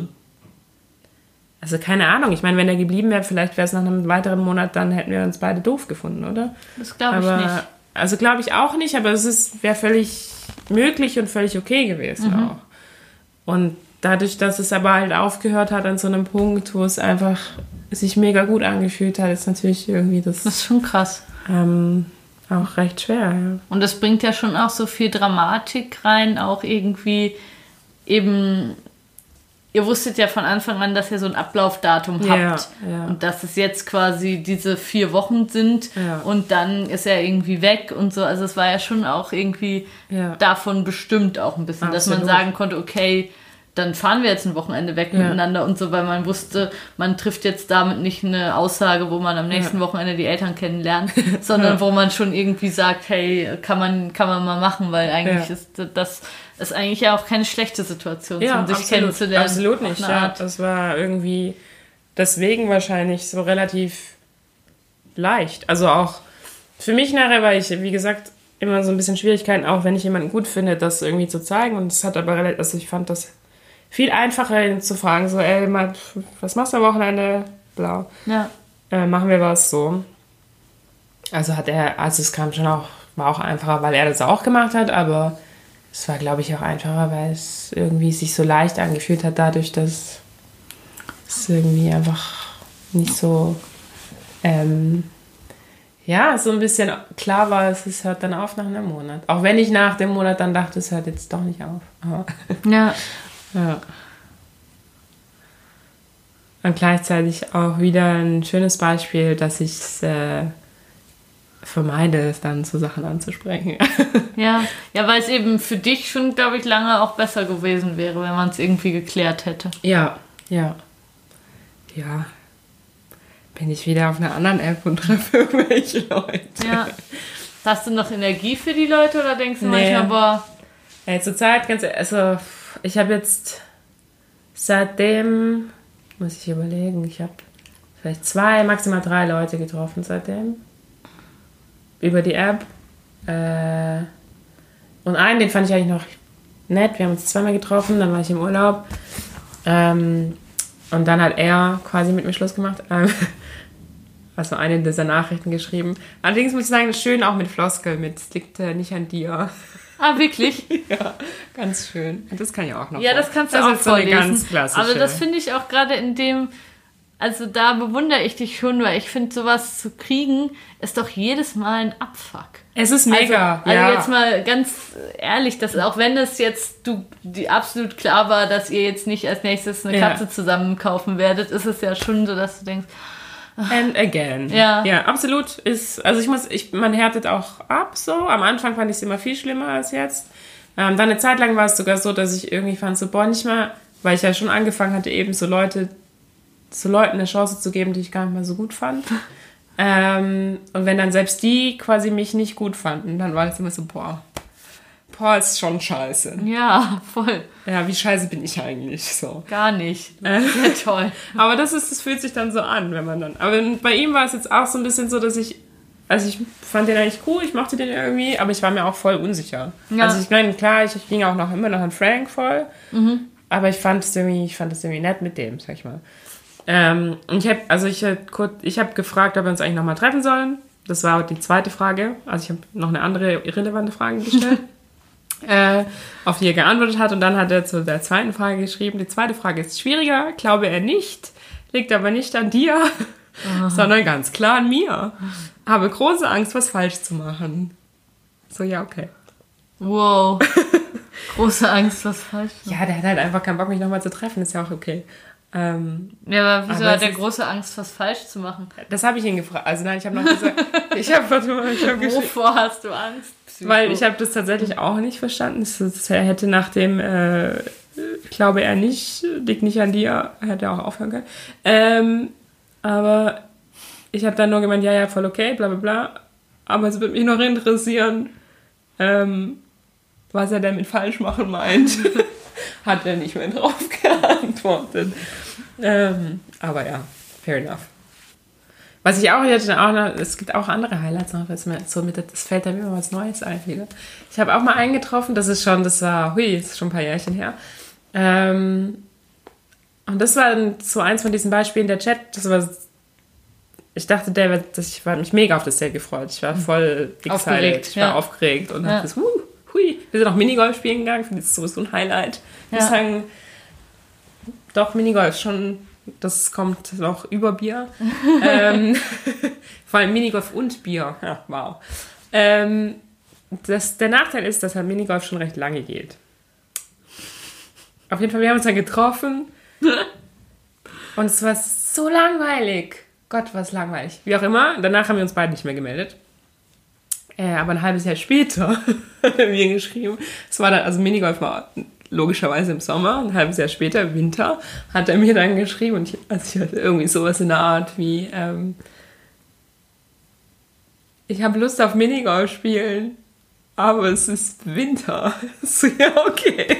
also keine Ahnung. Ich meine, wenn er geblieben wäre, vielleicht wäre es nach einem weiteren Monat, dann hätten wir uns beide doof gefunden, oder? Das glaube ich nicht. Also glaube ich auch nicht, aber wäre völlig möglich und völlig okay gewesen auch. Und dadurch, dass es aber halt aufgehört hat an so einem Punkt, wo es einfach sich mega gut angefühlt hat, ist natürlich irgendwie Das ist schon krass. auch recht schwer. Ja. Und das bringt ja schon auch so viel Dramatik rein, auch irgendwie eben, ihr wusstet ja von Anfang an, dass ihr so ein Ablaufdatum habt ja. und dass es jetzt quasi diese 4 Wochen sind Ja. und dann ist er irgendwie weg und so, also es war ja schon auch irgendwie davon bestimmt auch ein bisschen, dass man Absolut. sagen konnte, okay, dann fahren wir jetzt ein Wochenende weg miteinander und so, weil man wusste, man trifft jetzt damit nicht eine Aussage, wo man am nächsten Wochenende die Eltern kennenlernt, sondern wo man schon irgendwie sagt, hey, kann man mal machen, weil eigentlich ist das ist eigentlich ja auch keine schlechte Situation, um sich kennenzulernen. Absolut nicht, auf eine ja. Art. Das war irgendwie deswegen wahrscheinlich so relativ leicht. Also auch für mich nachher, weil ich, wie gesagt, immer so ein bisschen Schwierigkeiten, auch wenn ich jemanden gut finde, das irgendwie zu zeigen. Und es hat aber relativ, also ich fand das viel einfacher, ihn zu fragen, so, ey, was machst du am Wochenende? Blau. Ja. Machen wir was so. Also es kam schon auch, war auch einfacher, weil er das auch gemacht hat, aber es war, glaube ich, auch einfacher, weil es irgendwie sich so leicht angefühlt hat, dadurch, dass es irgendwie einfach nicht so, so ein bisschen klar war, es hört dann auf nach einem Monat. Auch wenn ich nach dem Monat dann dachte, es hört jetzt doch nicht auf. Aber Ja. ja. Und gleichzeitig auch wieder ein schönes Beispiel, dass ich es vermeide, es dann zu Sachen anzusprechen. Ja, weil es eben für dich schon, glaube ich, lange auch besser gewesen wäre, wenn man es irgendwie geklärt hätte. Ja. Bin ich wieder auf einer anderen App und treffe irgendwelche Leute. Ja. Hast du noch Energie für die Leute oder denkst du manchmal, boah... Zurzeit, also ich habe jetzt seitdem, muss ich überlegen, ich habe vielleicht 2, maximal 3 Leute getroffen seitdem. Über die App. Und einen, den fand ich eigentlich noch nett. Wir haben uns zweimal getroffen, dann war ich im Urlaub. Und dann hat er quasi mit mir Schluss gemacht. Also eine dieser Nachrichten geschrieben. Allerdings muss ich sagen, das ist schön auch mit Floskel, es liegt nicht an dir. Ah, wirklich? Ja, ganz schön. Und das kann ich auch noch. Ja, das kannst du auch ist so eine vorlesen. ganz klassische. Aber das finde ich auch gerade in dem, also da bewundere ich dich schon, weil ich finde, sowas zu kriegen, ist doch jedes Mal ein Abfuck. Es ist mega. Also jetzt mal ganz ehrlich, dass auch wenn es jetzt absolut klar war, dass ihr jetzt nicht als nächstes eine Katze zusammen kaufen werdet, ist es ja schon so, dass du denkst, and again. Ja. Ja, absolut. Man härtet auch ab so. Am Anfang fand ich es immer viel schlimmer als jetzt. Dann eine Zeit lang war es sogar so, dass ich irgendwie fand, so, nicht mal, weil ich ja schon angefangen hatte, eben so Leuten eine Chance zu geben, die ich gar nicht mal so gut fand. Und wenn dann selbst die quasi mich nicht gut fanden, dann war es immer so, ist schon scheiße. ja, voll. Ja, wie scheiße bin ich eigentlich so? Gar nicht. Sehr toll. Aber das fühlt sich dann so an, wenn man dann. Aber bei ihm war es jetzt auch so ein bisschen so, dass ich fand den eigentlich cool, ich mochte den irgendwie, aber ich war mir auch voll unsicher. Ja. Also ich meine, klar, ich ging auch noch immer noch an Frank voll, aber ich fand es irgendwie nett mit dem, sag ich mal. Und ich habe gefragt, ob wir uns eigentlich nochmal treffen sollen. Das war die zweite Frage. Also ich habe noch eine andere irrelevante Frage gestellt. Auf die er geantwortet hat, und dann hat er zu der zweiten Frage geschrieben, die zweite Frage ist schwieriger, glaube er nicht, liegt aber nicht an dir, sondern ganz klar an mir. Habe große Angst, was falsch zu machen. So, ja, okay. Wow. Große Angst, was falsch zu machen. Ja, der hat halt einfach keinen Bock, mich nochmal zu treffen, ist ja auch okay. Ja, aber wieso hat er große Angst, was falsch zu machen? Das habe ich ihn gefragt. Also nein, ich habe noch gesagt, Wovor hast du Angst? Psycho. Weil ich habe das tatsächlich auch nicht verstanden. Das hätte nach dem, glaube er nicht, liegt nicht an dir, hätte auch aufhören können. Aber ich habe dann nur gemeint, ja, voll okay, bla bla bla. Aber es würde mich noch interessieren, was er denn mit falsch machen meint. Hat er nicht mehr drauf geantwortet. Aber ja, fair enough. Was ich auch jetzt es gibt auch andere Highlights noch, das fällt da immer was Neues ein wieder. Ich habe auch mal einen getroffen, das ist schon ein paar Jährchen her. Und das war so eins von diesen Beispielen der Chat, ich dachte, ich war mich mega auf das Date gefreut. Ich war voll excited. Ich war aufgeregt und dachte, hui. Wir sind auch Minigolf spielen gegangen, finde ich sowieso ein Highlight. Ich muss sagen, doch, Minigolf schon, das kommt noch über Bier. Vor allem Minigolf und Bier. Ja, wow. Der Nachteil ist, dass halt Minigolf schon recht lange geht. Auf jeden Fall, wir haben uns dann getroffen und es war so langweilig. Gott, was langweilig. Wie auch immer, danach haben wir uns beide nicht mehr gemeldet. Aber ein halbes Jahr später hat er mir geschrieben, es war dann, also Minigolf war logischerweise im Sommer, ein halbes Jahr später, im Winter, hat er mir dann geschrieben, und ich hatte irgendwie sowas in der Art wie, ich habe Lust auf Minigolf spielen, aber es ist Winter. So, ja, okay.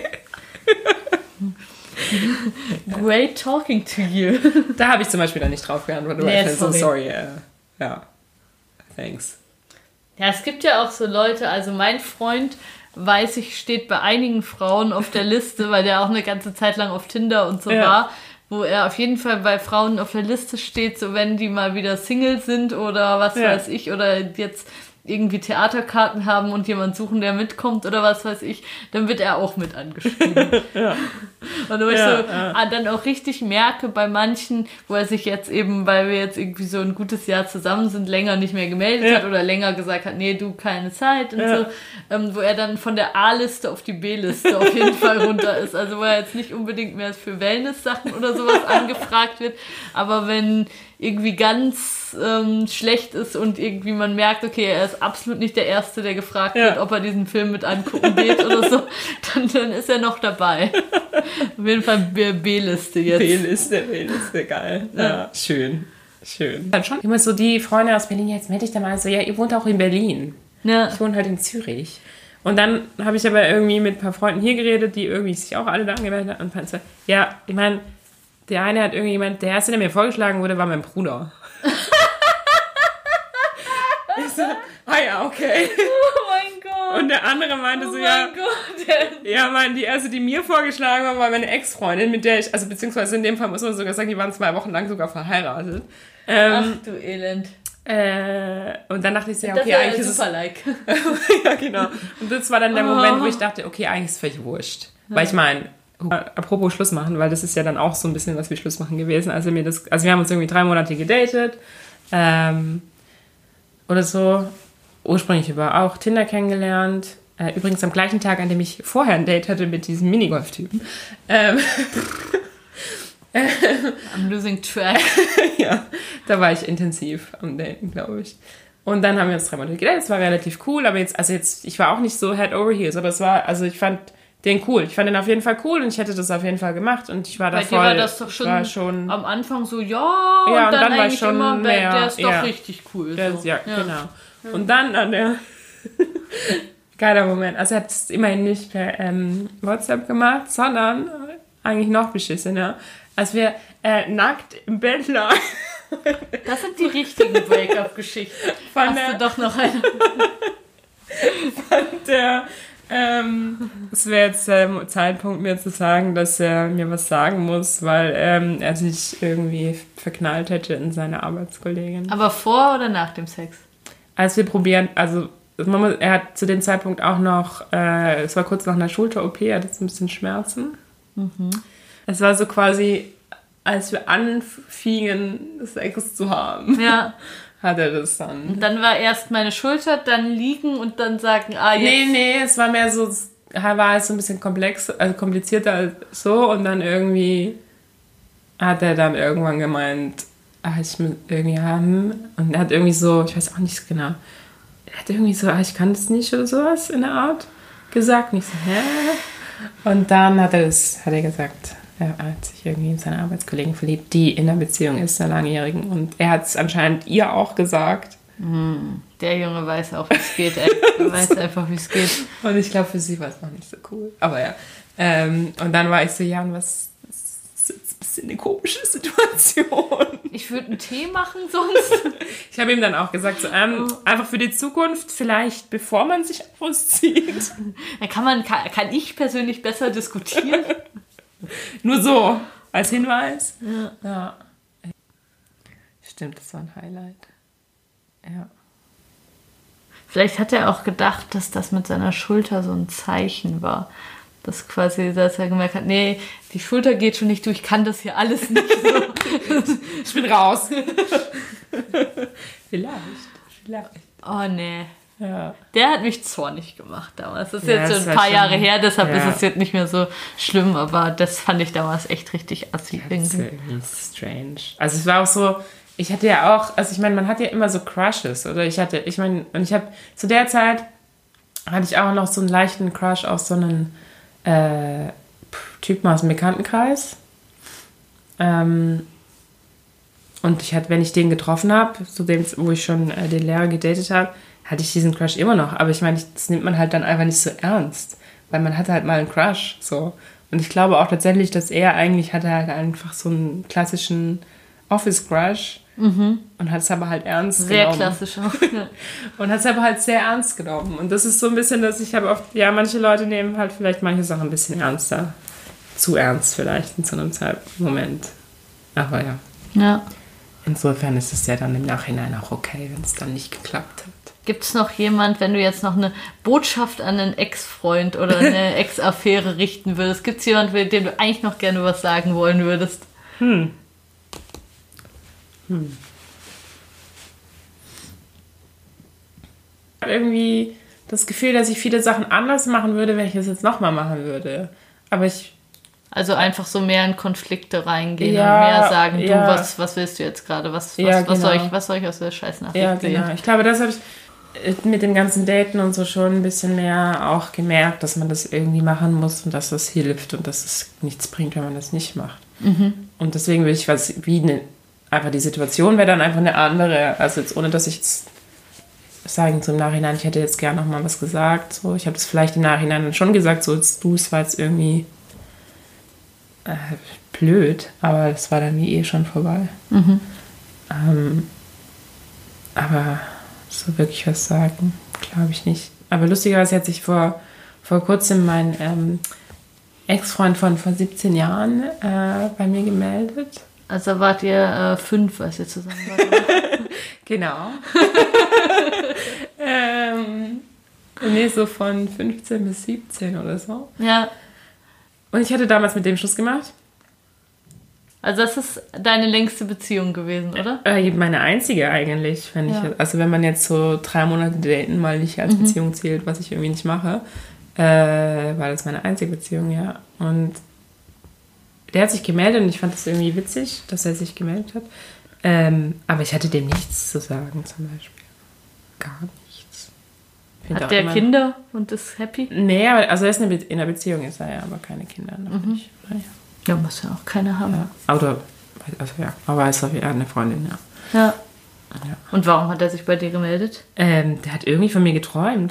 Great talking to you. Da habe ich zum Beispiel dann nicht drauf geantwortet, weil ich so, sorry, ja, thanks. Ja, es gibt ja auch so Leute, also mein Freund, weiß ich, steht bei einigen Frauen auf der Liste, weil der auch eine ganze Zeit lang auf Tinder und so war, wo er auf jeden Fall bei Frauen auf der Liste steht, so wenn die mal wieder Single sind oder was weiß ich, oder jetzt irgendwie Theaterkarten haben und jemand suchen, der mitkommt oder was weiß ich, dann wird er auch mit angeschrieben. Und wo ich dann auch richtig merke bei manchen, wo er sich jetzt eben, weil wir jetzt irgendwie so ein gutes Jahr zusammen sind, länger nicht mehr gemeldet hat oder länger gesagt hat, nee, du, keine Zeit und so, wo er dann von der A-Liste auf die B-Liste auf jeden Fall runter ist. Also wo er jetzt nicht unbedingt mehr für Wellness-Sachen oder sowas angefragt wird, aber wenn irgendwie ganz schlecht ist und irgendwie man merkt, okay, er ist absolut nicht der Erste, der gefragt wird, ob er diesen Film mit angucken geht oder so, dann ist er noch dabei. Auf jeden Fall B-Liste jetzt. B-Liste, geil. Ja, schön. Dann schon immer so die Freunde aus Berlin, jetzt melde ich da mal so, ja, ihr wohnt auch in Berlin. Ja. Ich wohne halt in Zürich. Und dann habe ich aber irgendwie mit ein paar Freunden hier geredet, die irgendwie sich auch alle da angemeldet haben und fanden so, ja, ich meine, der eine hat irgendjemand, der erste, der mir vorgeschlagen wurde, war mein Bruder. Ich so, ja, okay. Oh mein Gott. Und der andere meinte so, ja... die erste, die mir vorgeschlagen war meine Ex-Freundin, mit der ich, also beziehungsweise in dem Fall muss man sogar sagen, die waren 2 Wochen lang sogar verheiratet. Ach du Elend. Und dann dachte ich so, ja, Das okay, ist eigentlich ist es... Super-like. Ja, genau. Und das war dann der Moment, wo ich dachte, okay, eigentlich ist es völlig wurscht. Weil ich meine, apropos Schluss machen, weil das ist ja dann auch so ein bisschen was wie Schluss machen gewesen. Also wir haben uns irgendwie 3 Monate gedatet. Oder so. Ursprünglich über auch Tinder kennengelernt. Übrigens am gleichen Tag, an dem ich vorher ein Date hatte mit diesem Minigolf-Typen. I'm losing track. Ja, da war ich intensiv am Daten, glaube ich. Und dann haben wir uns 3 Monate gedatet. Es war relativ cool, aber jetzt, ich war auch nicht so head over heels, aber ich fand den cool. Ich fand den auf jeden Fall cool und ich hätte das auf jeden Fall gemacht und ich war da voll... Bei dir war das doch schon am Anfang so, ja, und dann war eigentlich ich schon immer, mehr, der ist doch richtig cool. Ja, genau. Und dann an der... Geiler Moment. Also er hat es immerhin nicht per WhatsApp gemacht, sondern eigentlich noch beschissener, als wir nackt im Bett lagen. Das sind die richtigen Break-up-Geschichten. Hast du doch noch eine? Es wäre jetzt der Zeitpunkt, mir zu sagen, dass er mir was sagen muss, weil er sich irgendwie verknallt hätte in seine Arbeitskollegin. Aber vor oder nach dem Sex? Als wir probieren, also er hat zu dem Zeitpunkt auch noch, es war kurz nach einer Schulter-OP, er hatte jetzt ein bisschen Schmerzen. Mhm. Es war so quasi, als wir anfingen, Sex zu haben. Ja. Hat er das dann. Und dann war erst meine Schulter, dann liegen und dann sagen, jetzt... Nee, es war mehr so, war es so ein bisschen komplizierter als so und dann irgendwie hat er dann irgendwann gemeint, ich muss irgendwie haben und er hat irgendwie so, ich weiß auch nicht genau, er hat irgendwie so, ich kann das nicht oder sowas in der Art gesagt, nicht so, hä? Und dann hat er gesagt, er hat sich irgendwie in seine Arbeitskollegen verliebt, die in einer Beziehung ist, einer langjährigen. Und er hat es anscheinend ihr auch gesagt. Der Junge weiß auch, wie es geht, ey. Er weiß einfach, wie es geht. Und ich glaube, für sie war es noch nicht so cool. Aber ja. Und dann war ich so, ja, und was ist jetzt ein bisschen eine komische Situation. Ich würde einen Tee machen sonst. Ich habe ihm dann auch gesagt, so, einfach für die Zukunft, vielleicht bevor man sich auszieht. Dann kann ich persönlich besser diskutieren. Nur so, als Hinweis. Ja. Stimmt, das war ein Highlight. Ja. Vielleicht hat er auch gedacht, dass das mit seiner Schulter so ein Zeichen war. Dass quasi, dass er gemerkt hat, nee, die Schulter geht schon nicht durch, ich kann das hier alles nicht so. Ich bin raus. Vielleicht. Oh, nee. Ja. Der hat mich zornig gemacht damals. Das ist jetzt schon ein paar Jahre her, deshalb ist es jetzt nicht mehr so schlimm, aber das fand ich damals echt richtig assi. Irgendwie strange. Also es war auch so, ich hatte ja auch, also ich meine, man hat ja immer so Crushes, oder zu der Zeit hatte ich auch noch so einen leichten Crush auf so einen Typen aus dem Bekanntenkreis. Und wenn ich den getroffen habe, zu dem, wo ich schon den Lehrer gedatet habe, hatte ich diesen Crush immer noch. Aber ich meine, das nimmt man halt dann einfach nicht so ernst. Weil man hatte halt mal einen Crush. So. Und ich glaube auch tatsächlich, dass er eigentlich hatte halt einfach so einen klassischen Office-Crush. Und hat es aber halt ernst sehr genommen. Sehr klassisch auch. Ja. Und hat es aber halt sehr ernst genommen. Und das ist so ein bisschen, dass ich habe oft, ja, manche Leute nehmen halt vielleicht manche Sachen ein bisschen ernster. Zu ernst vielleicht in so einem Moment. Aber ja. Ja. Insofern ist es ja dann im Nachhinein auch okay, wenn es dann nicht geklappt hat. Gibt es noch jemand, wenn du jetzt noch eine Botschaft an einen Ex-Freund oder eine Ex-Affäre richten würdest, gibt es jemanden, dem du eigentlich noch gerne was sagen wollen würdest? Irgendwie das Gefühl, dass ich viele Sachen anders machen würde, wenn ich das jetzt nochmal machen würde. Aber also einfach so mehr in Konflikte reingehen und mehr sagen, was willst du jetzt gerade? Was soll ich aus der Scheißnachricht sehen? Genau. Ich glaube, das habe ich mit dem ganzen Daten und so schon ein bisschen mehr auch gemerkt, dass man das irgendwie machen muss und dass das hilft und dass es nichts bringt, wenn man das nicht macht. Und deswegen will ich einfach die Situation wäre dann einfach eine andere, also jetzt ohne, dass ich jetzt sagen so im Nachhinein, ich hätte jetzt gern noch mal was gesagt, so, ich habe das vielleicht im Nachhinein dann schon gesagt, so, es war jetzt irgendwie blöd, aber das war dann wie schon vorbei. Aber so wirklich was sagen, glaube ich nicht. Aber lustigerweise hat sich vor kurzem mein Ex-Freund von vor 17 Jahren bei mir gemeldet. Also wart ihr 5, als ihr zusammen wart? Genau. Nee, so von 15 bis 17 oder so. Ja. Und ich hatte damals mit dem Schluss gemacht. Also das ist deine längste Beziehung gewesen, oder? Meine einzige eigentlich, wenn ich. Also wenn man jetzt so 3 Monate daten mal nicht als Beziehung zählt, was ich irgendwie nicht mache, war das meine einzige Beziehung, ja. Und der hat sich gemeldet und ich fand das irgendwie witzig, dass er sich gemeldet hat. Aber ich hatte dem nichts zu sagen, zum Beispiel. Gar nichts. Hat der Kinder und ist happy? Nee, also er ist in einer Beziehung, ist er ja, aber keine Kinder noch nicht. Ja, muss ja auch keiner haben. Ja. Oder, also ja, aber ist er eine Freundin, ja. Ja. Und warum hat er sich bei dir gemeldet? Der hat irgendwie von mir geträumt.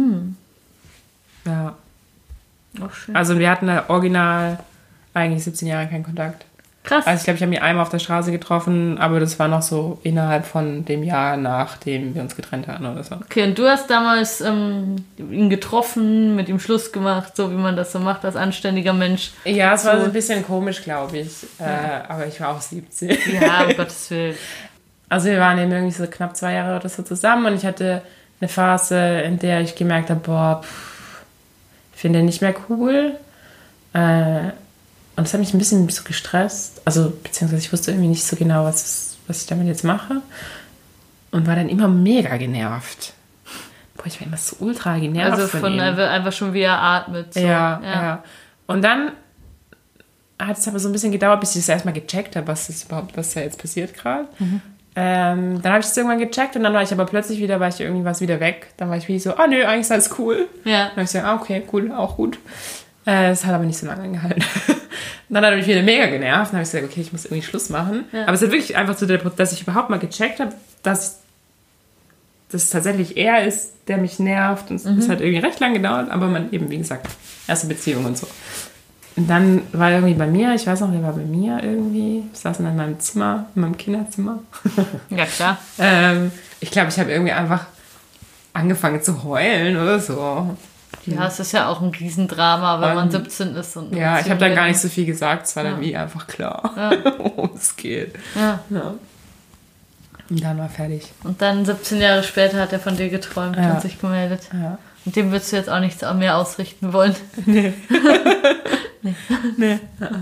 Ja. Auch schön. Also wir hatten original eigentlich 17 Jahre keinen Kontakt. Krass. Also ich glaube, ich habe ihn einmal auf der Straße getroffen, aber das war noch so innerhalb von dem Jahr, nachdem wir uns getrennt hatten oder so. Okay, und du hast damals ihn getroffen, mit ihm Schluss gemacht, so wie man das so macht als anständiger Mensch. Ja, es war so ein bisschen komisch, glaube ich. Aber ich war auch 17. Ja, um Gottes Willen. Also wir waren eben irgendwie so knapp 2 Jahre oder so zusammen und ich hatte eine Phase, in der ich gemerkt habe, ich finde ihn nicht mehr cool. Und das hat mich ein bisschen so gestresst. Also, beziehungsweise ich wusste irgendwie nicht so genau, was ich damit jetzt mache. Und war dann immer mega genervt. Ich war immer so ultra genervt. Also von einfach schon, wie er atmet. So. Ja. Und dann hat es aber so ein bisschen gedauert, bis ich das erstmal gecheckt habe, was da jetzt passiert gerade. Dann habe ich es irgendwann gecheckt und dann war ich aber plötzlich wieder weg. Dann war ich wie so, nö, eigentlich ist alles cool. Ja. Dann habe ich gesagt, okay, cool, auch gut. Das hat aber nicht so lange angehalten. Und dann hat er mich wieder mega genervt. Dann habe ich gesagt, okay, ich muss irgendwie Schluss machen. Ja. Aber es hat wirklich einfach so dass ich überhaupt mal gecheckt habe, dass das tatsächlich er ist, der mich nervt. Und es hat irgendwie recht lang gedauert, aber man eben, wie gesagt, erste Beziehung und so. Und dann war er irgendwie bei mir, ich weiß noch, der war bei mir irgendwie. Wir saßen in meinem Zimmer, in meinem Kinderzimmer. Ja, klar. Ich glaube, ich habe irgendwie einfach angefangen zu heulen oder so. Ja, es ist ja auch ein Riesendrama, wenn man 17 ist. Und ja, ich habe dann gar nicht so viel gesagt. Es war dann wie einfach klar, worum es geht. Ja. Und dann war fertig. Und dann 17 Jahre später hat er von dir geträumt und sich gemeldet. Ja. Und dem würdest du jetzt auch nichts mehr ausrichten wollen. Nee. Nee.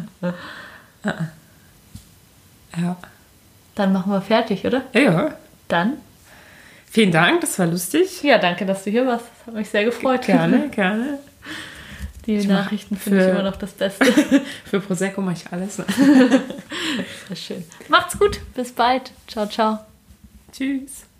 Ja. Dann machen wir fertig, oder? Ja. Dann. Vielen Dank, das war lustig. Ja, danke, dass du hier warst. Das hat mich sehr gefreut. Gerne. Die Nachrichten finde ich immer noch das Beste. Für Prosecco mache ich alles. Sehr schön. Macht's gut. Bis bald. Ciao, ciao. Tschüss.